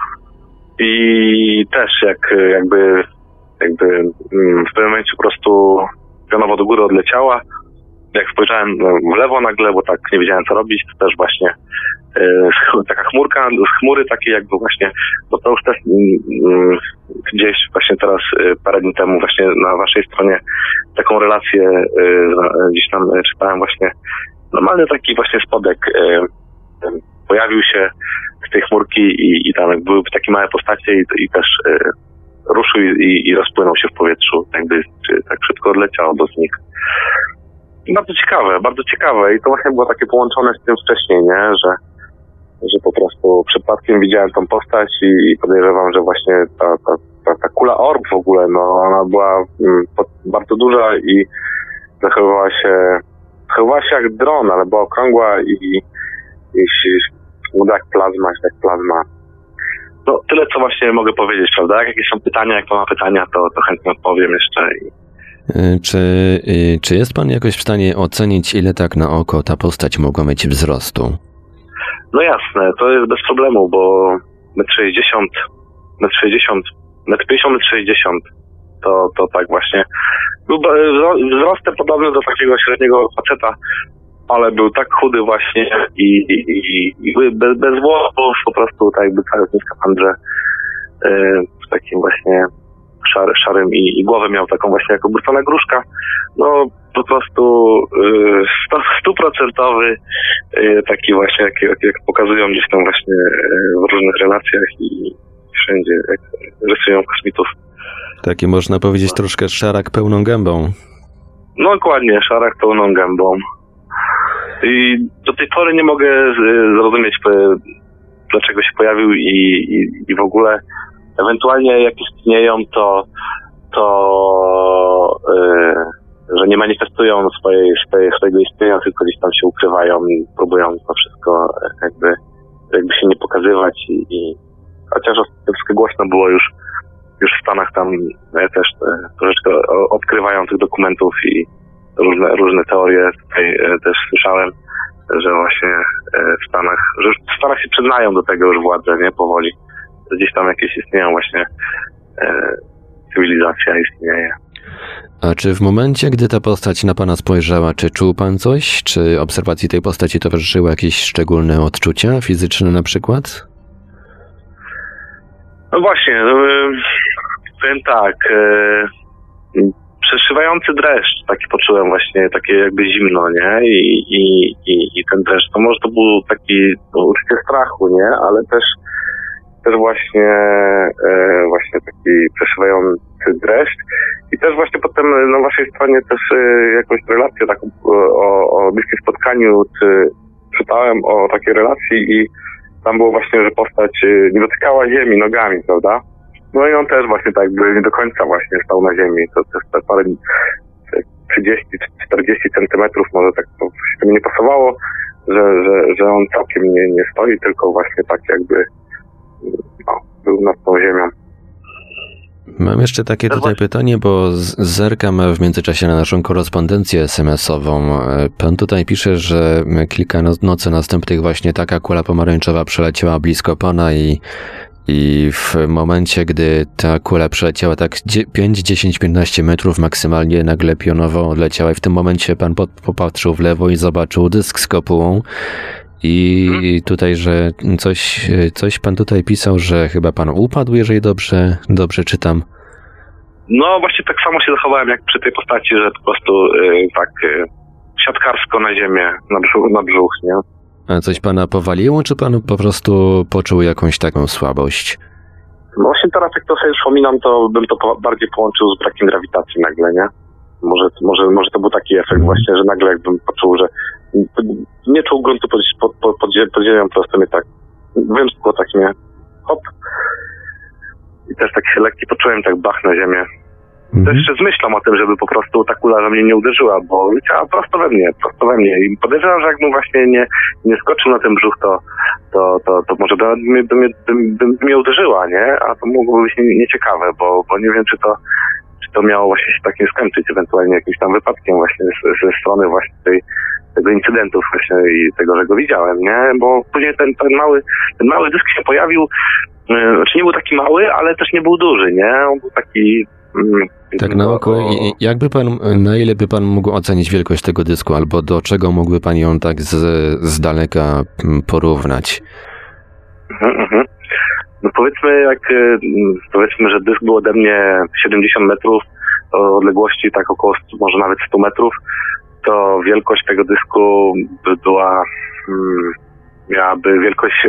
I też jak jakby, jakby ym, w pewnym momencie po prostu pionowo do góry odleciała. Jak spojrzałem w lewo nagle, bo tak nie wiedziałem co robić, to też właśnie yy, taka chmurka, z chmury takiej jakby właśnie, bo to już też yy, gdzieś właśnie teraz yy, parę dni temu właśnie na waszej stronie taką relację yy, gdzieś tam yy, czytałem właśnie, normalny taki właśnie spodek yy, pojawił się z tej chmurki i, i tam były takie małe postacie i, i też y, ruszył i, i rozpłynął się w powietrzu, jakby czy, tak szybko odleciał do znik. Bardzo ciekawe, bardzo ciekawe i to właśnie było takie połączone z tym wcześniej, nie, że, że po prostu przypadkiem widziałem tą postać i podejrzewam, że właśnie ta, ta, ta, ta kula orb w ogóle, no ona była mm, bardzo duża i zachowywała się, zachowywała się jak dron, ale była okrągła i, i, i jak plazma, jak plazma. No tyle, co właśnie mogę powiedzieć, prawda? Jak jakieś są pytania, jak pan ma pytania, to, to chętnie odpowiem jeszcze. I... Czy, czy jest pan jakoś w stanie ocenić, ile tak na oko ta postać mogła mieć wzrostu? No jasne, to jest bez problemu, bo metr sześćdziesiąt, metr sześćdziesiąt, metr pięćdziesiąt, metr sześćdziesiąt, to, to tak właśnie. Był wzrostem podobny do takiego średniego faceta, ale był tak chudy właśnie i, i, i bez, bez włosów, po prostu tak jakby cały w tym skafandrze, yy, w takim właśnie szary, szarym i, i głowę miał taką właśnie jak obrócona gruszka. No po prostu yy, stuprocentowy yy, taki właśnie, jak, jak, jak pokazują gdzieś tam właśnie yy, w różnych relacjach i wszędzie, jak rysują kosmitów. Taki można powiedzieć troszkę szarak pełną gębą. No dokładnie, szarak pełną gębą. I do tej pory nie mogę zrozumieć, dlaczego się pojawił i, i, i w ogóle ewentualnie jak istnieją, to, to yy, że nie manifestują swojej, swojej, swojego istnienia, tylko gdzieś tam się ukrywają i próbują to wszystko jakby, jakby się nie pokazywać i, i chociaż to wszystko głośno było już już w Stanach, tam też troszeczkę odkrywają tych dokumentów i różne, różne teorie tutaj też słyszałem, że właśnie w Stanach, że już w Stanach się przyznają do tego już władze, nie, powoli. Gdzieś tam jakieś istnieją właśnie e, cywilizacja istnieje. A czy w momencie, gdy ta postać na pana spojrzała, czy czuł pan coś? Czy obserwacji tej postaci towarzyszyły jakieś szczególne odczucia fizyczne na przykład? No właśnie, no, powiem tak, e, przeszywający dreszcz, taki poczułem właśnie, takie jakby zimno, nie? I, i, i, i ten dreszcz, to może to był taki no, uczucie strachu, nie? Ale też, też właśnie, e, właśnie taki przeszywający dreszcz. I też właśnie potem na waszej stronie też e, jakąś relację taką o, o bliskim spotkaniu, czy czytałem o takiej relacji i tam było właśnie, że postać nie dotykała ziemi nogami, prawda? No i on też właśnie tak jakby nie do końca właśnie stał na ziemi. To też parę trzydzieści czterdzieści centymetrów może tak to się mi nie pasowało, że, że, że on całkiem nie, nie stoi, tylko właśnie tak jakby no, był nad tą ziemią. Mam jeszcze takie tutaj pytanie, bo zerkam w międzyczasie na naszą korespondencję es em esową. Pan tutaj pisze, że kilka nocy następnych właśnie taka kula pomarańczowa przeleciała blisko pana i, i w momencie, gdy ta kula przeleciała tak pięć, dziesięć, piętnaście metrów maksymalnie, nagle pionowo odleciała i w tym momencie pan popatrzył w lewo i zobaczył dysk z kopułą. I tutaj, że coś, coś pan tutaj pisał, że chyba pan upadł, jeżeli dobrze, dobrze czytam. No właśnie tak samo się zachowałem jak przy tej postaci, że po prostu yy, tak yy, siatkarsko na ziemię, na brzuch, na brzuch, nie? A coś pana powaliło, czy pan po prostu poczuł jakąś taką słabość? No właśnie teraz jak to sobie wspominam, to bym to po, bardziej połączył z brakiem grawitacji nagle, nie? Może, może, może to był taki efekt właśnie, że nagle jakbym poczuł, że nie czuł gruntu pod, pod, pod, pod, pod ziemią, po prostu mnie tak wymskło, tak mnie hop. I też tak się lekki poczułem, tak bach na ziemię. Mm-hmm. Też jeszcze z myślą o tym, żeby po prostu ta kula we mnie nie uderzyła, bo leciała prosto we mnie, prosto we mnie. I podejrzewam, że jakbym właśnie nie, nie skoczył na ten brzuch, to, to, to, to może by, by, by, by, by mnie uderzyła, nie? A to mogłoby być nieciekawe, bo, bo nie wiem, czy to czy to miało właśnie się tak nie skończyć, ewentualnie jakimś tam wypadkiem właśnie z, ze strony właśnie tej, tego incydentu właśnie i tego, że go widziałem, nie? Bo później ten, ten mały, ten mały dysk się pojawił, yy, znaczy nie był taki mały, ale też nie był duży, nie? On był taki... Yy, tak na oko, o... jakby pan, na ile by pan mógł ocenić wielkość tego dysku, albo do czego mógłby pan ją tak z, z daleka porównać? Mhm, mhm. No powiedzmy, jak powiedzmy, że dysk był ode mnie siedemdziesiąt metrów, o odległości tak około stu, może nawet stu metrów, to wielkość tego dysku by była, hmm, miałaby wielkość,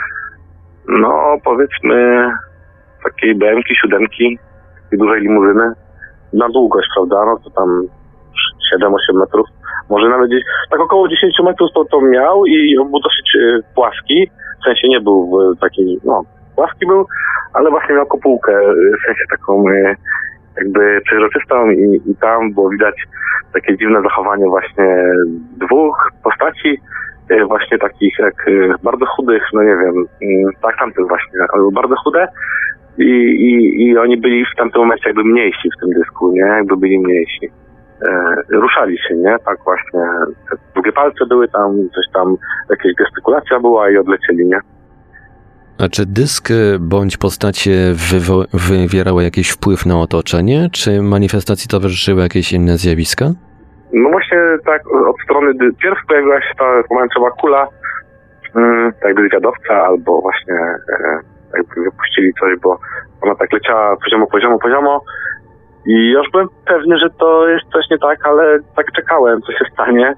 no powiedzmy, takiej B M ki, siódemki, takiej dużej limuzyny, na długość, prawda, no to tam siedem osiem metrów, może nawet gdzieś, tak około dziesięć metrów to, to miał i on był dosyć y, płaski, w sensie nie był y, taki, no, płaski był, ale właśnie miał kopułkę, y, w sensie taką y, jakby przeźroczystą i, i tam było widać takie dziwne zachowanie właśnie dwóch postaci, y, właśnie takich jak y, bardzo chudych, no nie wiem, y, tak tamtych właśnie, ale bardzo chude i, i, i oni byli w tamtym momencie jakby mniejsi w tym dysku, nie, jakby byli mniejsi. E, ruszali się, nie? Tak właśnie. Te długie palce były tam, coś tam, jakaś gestykulacja była i odlecieli, nie? A czy dysk bądź postacie wywo- wywierały jakiś wpływ na otoczenie? Czy manifestacji towarzyszyły jakieś inne zjawiska? No właśnie tak, od strony, pierw pojawiła się ta pomarańczowa kula, mm, tak jakby zwiadowca, albo właśnie e, jakby wypuścili coś, bo ona tak leciała poziomo, poziomo, poziomo. I już byłem pewny, że to jest coś nie tak, ale tak czekałem, co się stanie.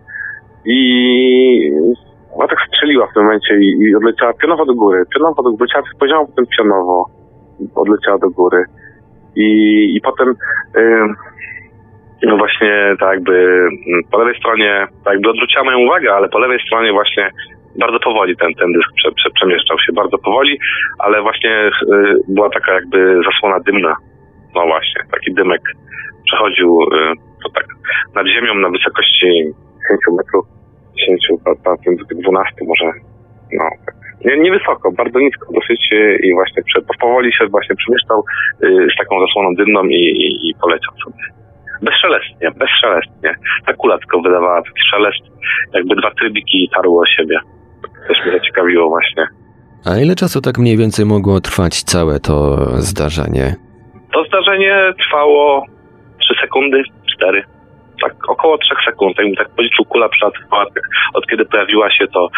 I ona tak strzeliła w tym momencie i, i odleciała pionowo do góry. Pionowo do góry, leciała z poziomu, potem pionowo odleciała do góry. I, i potem yy, no właśnie tak jakby po lewej stronie, tak jakby odwróciła moją uwagę, ale po lewej stronie właśnie bardzo powoli ten, ten dysk prze, prze, przemieszczał się, bardzo powoli, ale właśnie yy, była taka jakby zasłona dymna. No właśnie, taki dymek przechodził y, to tak nad ziemią na wysokości dziesięć metrów, dziesięć, dwanaście może, no tak. Nie, niewysoko, bardzo nisko dosyć y, i właśnie prze, powoli się właśnie przemieszczał y, z taką zasłoną dymną i, i, i poleciał sobie. Bezszelestnie, bezszelestnie. Ta kula tylko wydawała taki szelest, jakby dwa trybiki tarły o siebie. Też mnie zaciekawiło właśnie. A ile czasu tak mniej więcej mogło trwać całe to zdarzenie? To zdarzenie trwało trzy sekundy, cztery. Tak około trzech sekund. Jakbym tak policzył, kula przelatywała, tak, od kiedy pojawiła się to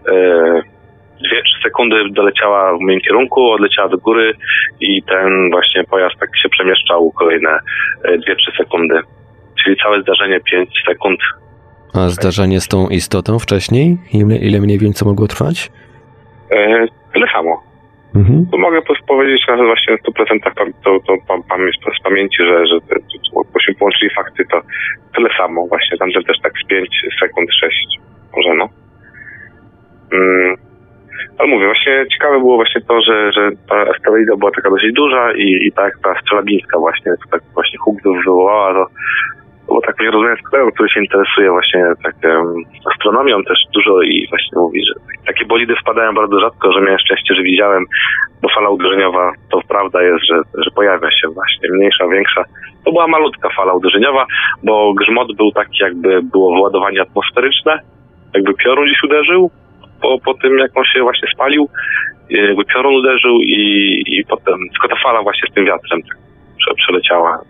dwie trzy sekundy doleciała w moim kierunku, odleciała do góry i ten właśnie pojazd tak się przemieszczał kolejne dwie trzy sekundy. Czyli całe zdarzenie pięć sekund. A zdarzenie z tą istotą wcześniej? Ile, ile mniej więcej mogło trwać? E, tyle samo. Mhm. To mogę powiedzieć na właśnie sto procent to, to, to pamięć, z pamięci, że, że jakbyśmy połączyli fakty, to tyle samo właśnie, tamten też tak z pięć sekund, sześć może no. Mm. Ale mówię, właśnie ciekawe było właśnie to, że, że ta asteroida była taka dosyć duża i, i tak ta strzelabińska właśnie, to tak właśnie huk wywołała, to bo tak mnie rozumiem z kraju, który się interesuje właśnie tak um, astronomią też dużo i właśnie mówi, że takie bolidy wpadają bardzo rzadko, że miałem szczęście, że widziałem, bo fala uderzeniowa to prawda jest, że, że pojawia się właśnie mniejsza, większa. To była malutka fala uderzeniowa, bo grzmot był taki, jakby było wyładowanie atmosferyczne, jakby piorun gdzieś uderzył po, po tym, jak on się właśnie spalił, jakby piorun uderzył i, i potem, tylko ta fala właśnie z tym wiatrem tak przeleciała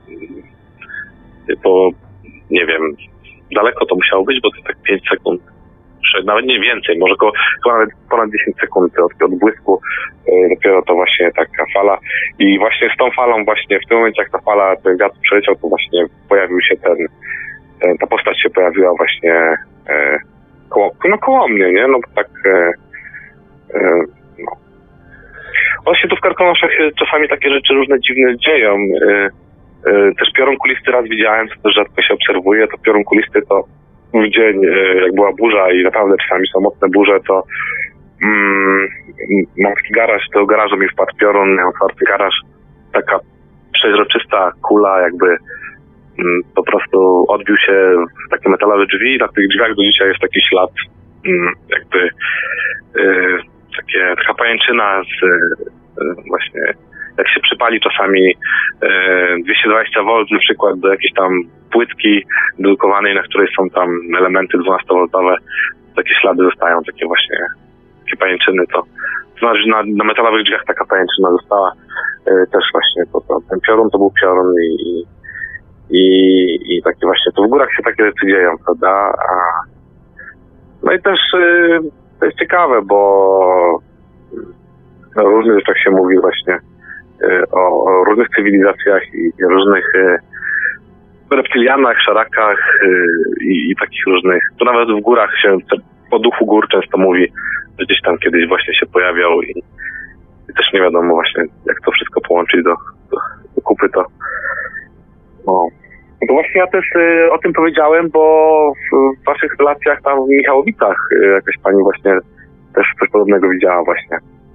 po, nie wiem, daleko to musiało być, bo to tak pięć sekund, nawet nie więcej, może około, nawet ponad dziesięć sekund od, od błysku yy, dopiero to właśnie taka fala i właśnie z tą falą właśnie w tym momencie jak ta fala, ten wiatr przeleciał, to właśnie pojawił się ten, ten ta postać się pojawiła właśnie yy, koło, no koło mnie, nie, no tak yy, yy, no. Właśnie tu w Karkonoszach się czasami takie rzeczy różne dziwne dzieją. Yy, Też piorun kulisty raz widziałem, co też rzadko się obserwuje, to piorun kulisty to w dzień, jak była burza i naprawdę czasami są mocne burze, to mm, mam taki garaż, do garażu mi wpadł piorun, miał otwarty garaż, taka przeźroczysta kula jakby mm, po prostu odbił się w takie metalowe drzwi, na tych drzwiach do dzisiaj jest taki ślad, mm, jakby y, takie, taka pajęczyna z y, właśnie jak się przypali czasami e, dwieście dwadzieścia wolt na przykład do jakiejś tam płytki drukowanej, na której są tam elementy dwunastowoltowe, takie ślady zostają, takie właśnie takie pajęczyny, to znaczy na, na metalowych drzwiach taka pajęczyna została e, też właśnie, to, to, ten piorun to był piorun i, i, i takie właśnie, to w górach się takie rzeczy dzieją, prawda? A, no i też e, to jest ciekawe, bo no, różnych rzeczach się mówi właśnie O, o różnych cywilizacjach i, i różnych e, reptylianach, szarakach e, i, i takich różnych. Tu nawet w górach się po duchu gór często mówi, że gdzieś tam kiedyś właśnie się pojawiał i, i też nie wiadomo właśnie, jak to wszystko połączyć do, do, do kupy, to no. No to właśnie ja też y, o tym powiedziałem, bo w, w waszych relacjach tam w Michałowicach y, jakaś pani właśnie też coś podobnego widziała właśnie.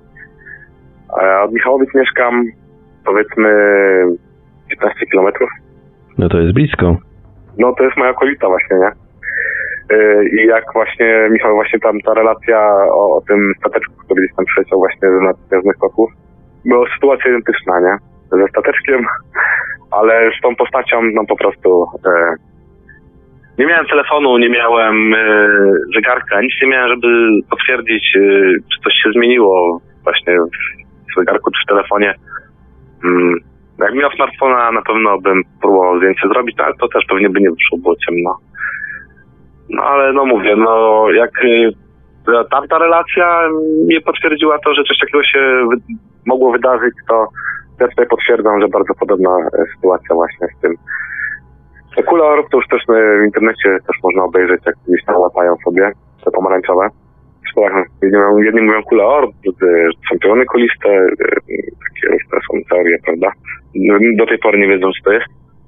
A ja od Michałowic mieszkam powiedzmy piętnaście kilometrów. No to jest blisko. No to jest moja okolica właśnie, nie? Y, I jak właśnie Michał, właśnie tam ta relacja o, o tym stateczku, który gdzieś tam przyleciał właśnie z nadgwiazdnych kotłów, była sytuacja identyczna, nie? Ze stateczkiem, ale z tą postacią, no po prostu e, nie miałem telefonu, nie miałem e, zegarka, nic nie miałem, żeby potwierdzić, e, czy coś się zmieniło właśnie w zegarku czy w telefonie. Mm, jak miał smartfona, na pewno bym próbował zdjęcie zrobić, ale to też pewnie by nie wyszło, było ciemno. No ale no mówię, no jak e, tamta relacja mnie potwierdziła to, że coś takiego się wy- mogło wydarzyć, to ja tutaj potwierdzam, że bardzo podobna sytuacja właśnie z tym. Te kule orb to już też w internecie też można obejrzeć, jak gdzieś tam łatają sobie, te pomarańczowe. W szkołach jedni, jedni mówią kule orb, są piony kuliste, takie różne są teorie, prawda? Do tej pory nie wiedzą, co to jest.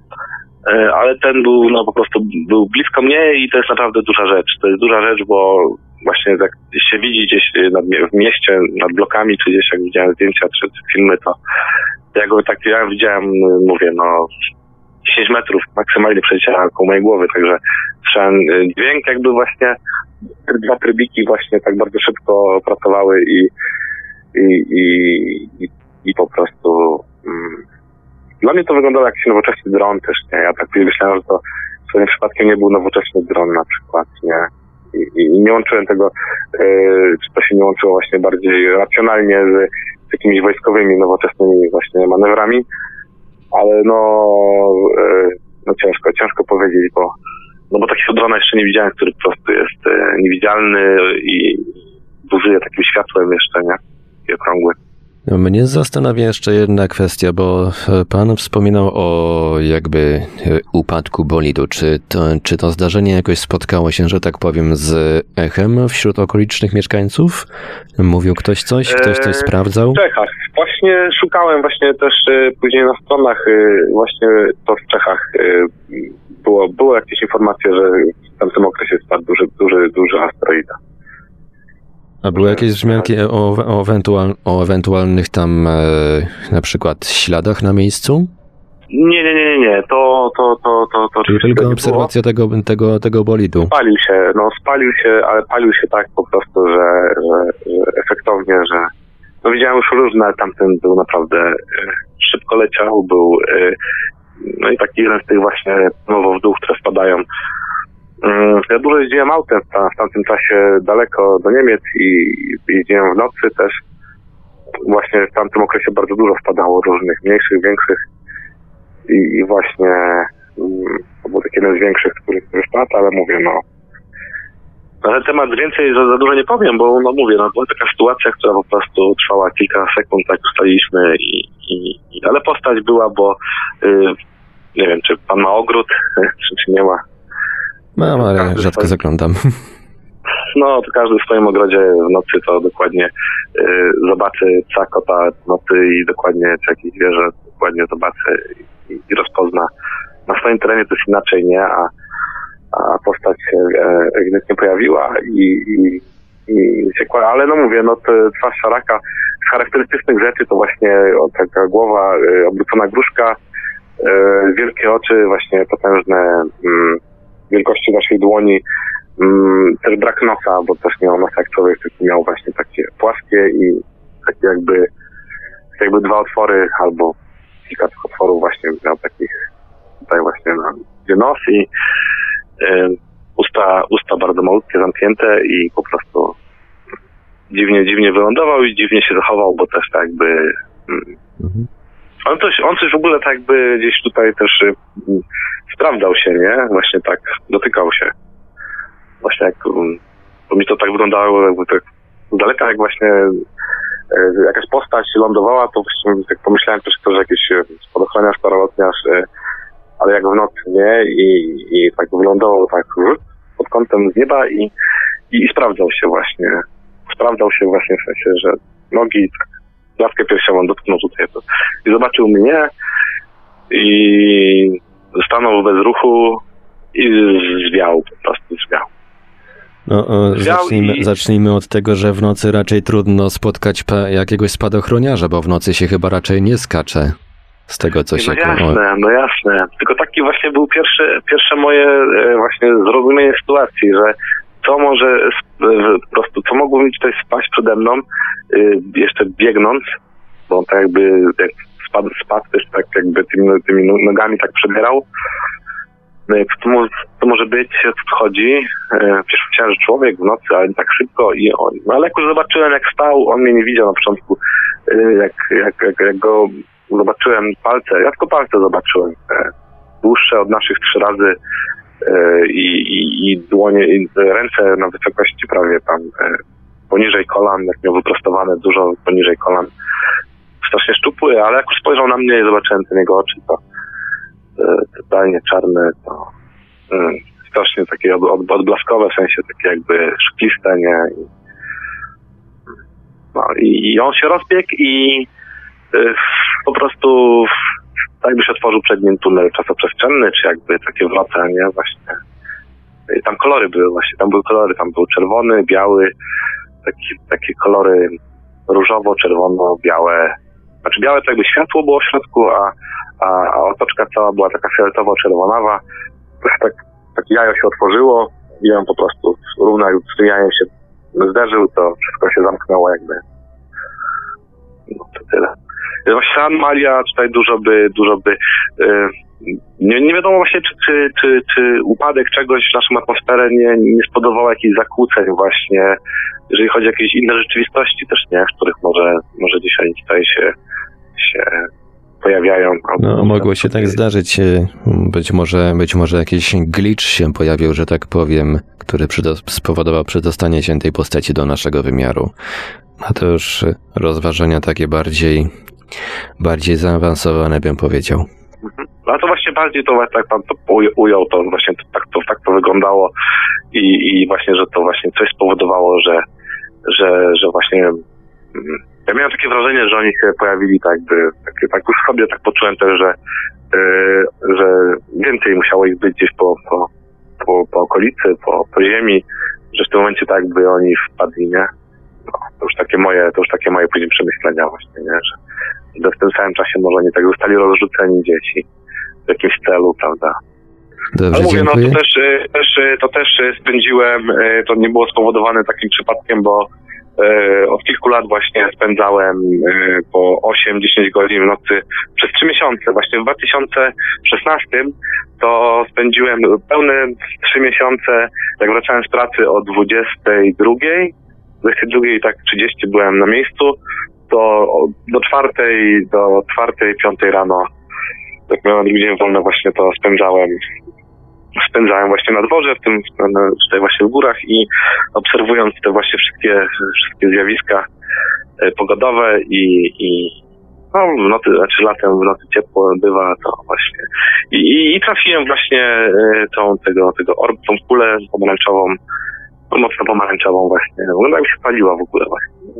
Ale ten był, no po prostu był blisko mnie i to jest naprawdę duża rzecz. To jest duża rzecz, bo właśnie jak się widzi gdzieś nad, w mieście, nad blokami, czy gdzieś jak widziałem zdjęcia, czy, czy filmy, to ja go tak, ja widziałem, mówię, no dziesięć metrów maksymalnie przejścia koło mojej głowy, także słyszałem dźwięk jakby właśnie, dwa trybiki właśnie tak bardzo szybko pracowały i i, i, i, i po prostu mm, dla mnie to wyglądało jak jakiś nowoczesny dron też, nie? Ja tak myślałem, że to swoim przypadkiem nie był nowoczesny dron na przykład, nie? I, i nie łączyłem tego, yy, czy to się nie łączyło właśnie bardziej racjonalnie z, z jakimiś wojskowymi, nowoczesnymi właśnie manewrami, ale no, yy, no ciężko, ciężko powiedzieć, bo no bo takiego drona jeszcze nie widziałem, który po prostu jest yy, niewidzialny i buzuje takim światłem jeszcze, nie? I okrągły. Mnie zastanawia jeszcze jedna kwestia, bo pan wspominał o jakby upadku bolidu. Czy to, czy to zdarzenie jakoś spotkało się, że tak powiem, z echem wśród okolicznych mieszkańców? Mówił ktoś coś? Ktoś coś sprawdzał? W Czechach. Właśnie szukałem właśnie też później na stronach właśnie to w Czechach było, było jakieś informacje, że w tamtym okresie spadł duży, duży, duży asteroida. A były jakieś wzmianki o, o, ewentual, o ewentualnych tam e, na przykład śladach na miejscu? Nie, nie, nie, nie, to, to, to, to, to Czyli tylko obserwacja tego, tego, tego bolidu. Spalił się, no spalił się, ale palił się tak po prostu, że, że, że efektownie, że no widziałem już różne, ale tamten był naprawdę e, szybko leciał, był e, no i taki jeden z tych właśnie nowo w dół, które spadają. Ja dużo jeździłem autem w tamtym czasie daleko do Niemiec i jeździłem w nocy też. Właśnie w tamtym okresie bardzo dużo wpadało różnych, mniejszych, większych i, i właśnie to był taki jeden z większych, który, który wpadł, ale mówię, no na ten temat więcej za, za dużo nie powiem, bo no mówię, no była taka sytuacja, która po prostu trwała kilka sekund, tak ustaliliśmy i, i, i ale postać była, bo yy, nie wiem, czy pan ma ogród, czy, czy nie ma. Mam, ale każdy rzadko swoim, zaglądam. No, to każdy w swoim ogrodzie w nocy to dokładnie y, zobaczy psa, kota w nocy i dokładnie, czy jakieś zwierzę dokładnie zobaczy i, i rozpozna. Na swoim terenie to jest inaczej, nie? A, a postać się e, ewidentnie pojawiła i, i, i ciekła, ale no mówię, no to twarz szaraka z charakterystycznych rzeczy to właśnie o, taka głowa, y, obrócona gruszka, y, wielkie oczy, właśnie potężne, y, wielkości naszej dłoni, mm, też brak nosa, bo też miał nosa jak człowiek, taki miał właśnie takie płaskie i takie jakby, jakby dwa otwory albo kilka tych otworów właśnie miał takich tutaj właśnie na gdzie nos i y, usta, usta bardzo malutkie, zamknięte i po prostu dziwnie, dziwnie wylądował i dziwnie się zachował, bo też tak jakby mm, mhm. on, coś, on coś w ogóle tak jakby gdzieś tutaj też y, sprawdzał się, nie? Właśnie tak dotykał się. Właśnie jak, bo mi to tak wyglądało jakby tak z daleka, jak właśnie e, jakaś postać lądowała, to właśnie tak pomyślałem też, że jakiś spadochroniarz, starolotniarz, e, ale jak w nocy, nie? I, i tak wylądował tak pod kątem z nieba i, i, i sprawdzał się właśnie. Sprawdzał się właśnie w sensie, że nogi, tak, klatkę piersiową dotknął tutaj to, i zobaczył mnie i stanął bez ruchu i zwiał, po prostu zwiał. No, o, zacznijmy, i... zacznijmy od tego, że w nocy raczej trudno spotkać pa- jakiegoś spadochroniarza, bo w nocy się chyba raczej nie skacze. Z tego, co się... No jasne, no jasne. Tylko taki właśnie był pierwszy, pierwsze moje właśnie zrozumienie sytuacji, że co może po prostu, co mogło mi tutaj spaść przede mną, jeszcze biegnąc, bo on tak jakby jak spadł, spadł też tak jakby tymi, tymi nogami tak przebierał. Co może, co może być, o co chodzi? Przecież myślałem, że człowiek w nocy, ale nie tak szybko. I on, no ale jak już zobaczyłem, jak stał, on mnie nie widział na początku. Jak, jak, jak, jak go zobaczyłem palce, ja tylko palce zobaczyłem. Dłuższe od naszych trzy razy i, i, i dłonie, i ręce na wysokości prawie tam poniżej kolan, jak miał wyprostowane dużo poniżej kolan. Strasznie szczupły, ale jak już spojrzał na mnie i zobaczyłem te jego oczy, to totalnie czarne, to mm, strasznie takie od, od, odblaskowe, w sensie takie jakby szkliste, nie? I, no i, i on się rozbiegł i y, po prostu tak jakby się otworzył przed nim tunel czasoprzestrzenny, czy jakby takie wrote, nie? Właśnie. I tam kolory były właśnie, tam były kolory, tam był czerwony, biały, taki, takie kolory różowo-czerwono-białe. Znaczy białe to jakby światło było w środku, a A, a otoczka cała była taka fioletowo-czerwonawa. Tak, tak jajo się otworzyło i on po prostu równo jak z tym jajem się zderzył, to wszystko się zamknęło jakby. No to tyle. Właśnie anomalia tutaj dużo by, dużo by... Yy, nie, nie wiadomo właśnie, czy, czy, czy, czy upadek czegoś w naszą atmosferę nie, nie spowodował jakichś zakłóceń właśnie, jeżeli chodzi o jakieś inne rzeczywistości też, nie? W których może, może dzisiaj tutaj się... się pojawiają. No, mogło się tak zdarzyć. Być może, być może jakiś glitch się pojawił, że tak powiem, który przydo- spowodował przedostanie się tej postaci do naszego wymiaru. A to już rozważania takie bardziej, bardziej zaawansowane, bym powiedział. Mhm. A to właśnie bardziej to tak pan to ujął, to właśnie to, tak, to, tak to wyglądało i, i właśnie, że to właśnie coś spowodowało, że, że, że właśnie mm, ja miałem takie wrażenie, że oni się pojawili tak jakby, tak, tak już sobie tak poczułem też, że, yy, że więcej musiało ich być gdzieś po, po, po, po okolicy, po, po ziemi, że w tym momencie tak jakby oni wpadli, nie? No, to już takie moje, to już takie moje później przemyślenia właśnie, nie? Że, że w tym samym czasie może oni tak zostali rozrzuceni dzieci w jakimś celu, prawda? Dobrze, ale mówię, dziękuję. no to też, też, to też spędziłem, to nie było spowodowane takim przypadkiem, bo od kilku lat właśnie spędzałem po osiem dziesięć godzin w nocy przez trzy miesiące. Właśnie w dwa tysiące szesnastym to spędziłem pełne trzy miesiące, jak wracałem z pracy o dwudziestej drugiej, dwudziestej drugiej tak trzydzieści byłem na miejscu, to do czwartej, do czwartej, piątej rano, jak miałem drugi dzień wolny, właśnie to spędzałem spędzałem właśnie na dworze, w tym tutaj właśnie w górach i obserwując te właśnie wszystkie, wszystkie zjawiska pogodowe i, i no w nocy, znaczy latem w nocy ciepło bywa, to właśnie i, i, i trafiłem właśnie tą, tego, tego orb, tą kulę pomarańczową, no mocno pomarańczową właśnie, wygląda jak się paliła w ogóle właśnie.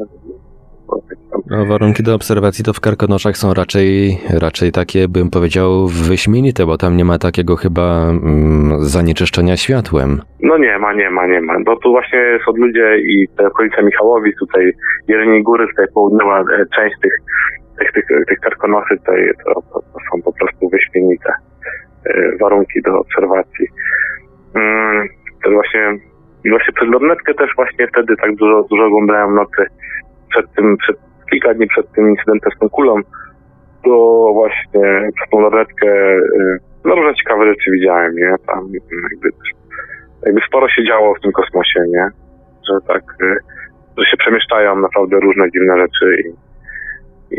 No, warunki do obserwacji to w Karkonoszach są raczej, raczej takie, bym powiedział, wyśmienite, bo tam nie ma takiego chyba mm, zanieczyszczenia światłem. No nie ma, nie ma, nie ma. Bo tu właśnie jest od ludzie i te okolice Michałowic, tutaj Jeleniej Góry, tutaj południowa część tych, tych, tych, tych Karkonoszy, tutaj to, to, to są po prostu wyśmienite warunki do obserwacji. Hmm, to właśnie, właśnie przez lornetkę też właśnie wtedy tak dużo, dużo oglądałem nocy. Przed tym, przed kilka dni przed tym incydentem z tą kulą, to właśnie przez tą lornetkę no różne ciekawe rzeczy widziałem, nie? Tam jakby, jakby sporo się działo w tym kosmosie, nie? Że tak, że się przemieszczają naprawdę różne dziwne rzeczy i, i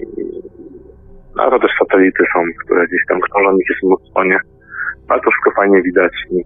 a to też satelity są, które gdzieś tam krążą, ich jest mnóstwo, nie? Ale to wszystko fajnie widać i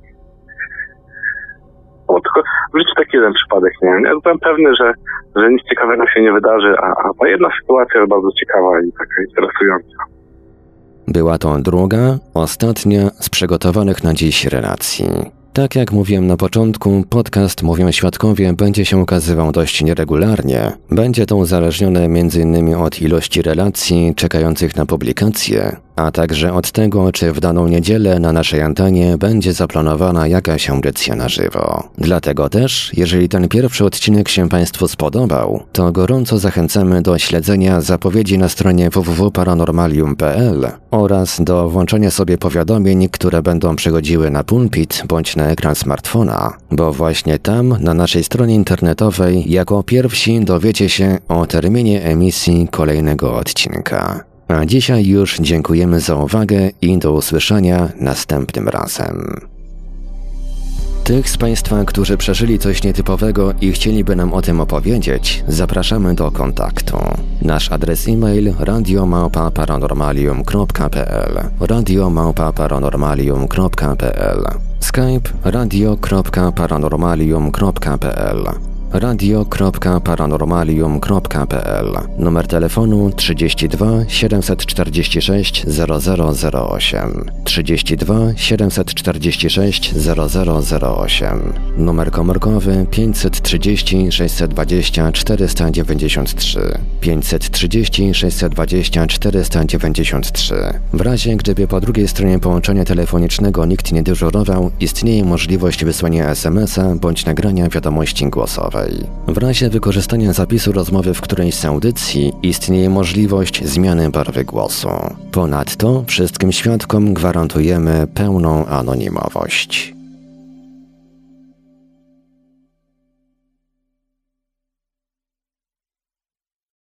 no, tylko w życiu taki jeden przypadek, nie? Ja byłem pewny, że, że nic ciekawego się nie wydarzy, a, a ta jedna sytuacja jest bardzo ciekawa i taka interesująca. Była to druga, ostatnia z przygotowanych na dziś relacji. Tak jak mówiłem na początku, podcast Mówią Świadkowie będzie się ukazywał dość nieregularnie. Będzie to uzależnione między innymi od ilości relacji czekających na publikację, a także od tego, czy w daną niedzielę na naszej antenie będzie zaplanowana jakaś audycja na żywo. Dlatego też, jeżeli ten pierwszy odcinek się Państwu spodobał, to gorąco zachęcamy do śledzenia zapowiedzi na stronie w w w kropka paranormalium kropka p l oraz do włączenia sobie powiadomień, które będą przychodziły na pulpit bądź na ekran smartfona, bo właśnie tam, na naszej stronie internetowej, jako pierwsi dowiecie się o terminie emisji kolejnego odcinka. A dzisiaj już dziękujemy za uwagę i do usłyszenia następnym razem. Tych z Państwa, którzy przeżyli coś nietypowego i chcieliby nam o tym opowiedzieć, zapraszamy do kontaktu. Nasz adres e-mail radio małpa paranormalium kropka p l radio małpa paranormalium kropka p l Skype radio kropka paranormalium kropka p l radio kropka paranormalium kropka p l Numer telefonu trzydzieści dwa siedemset czterdzieści sześć zero zero zero osiem trzydzieści dwa siedemset czterdzieści sześć zero zero zero osiem Numer komórkowy pięćset trzydzieści sześćset dwadzieścia czterysta dziewięćdziesiąt trzy pięćset trzydzieści sześćset dwadzieścia czterysta dziewięćdziesiąt trzy W razie gdyby po drugiej stronie połączenia telefonicznego nikt nie dyżurował, istnieje możliwość wysłania es em es a bądź nagrania wiadomości głosowej. W razie wykorzystania zapisu rozmowy w którejś z audycji istnieje możliwość zmiany barwy głosu. Ponadto wszystkim świadkom gwarantujemy pełną anonimowość.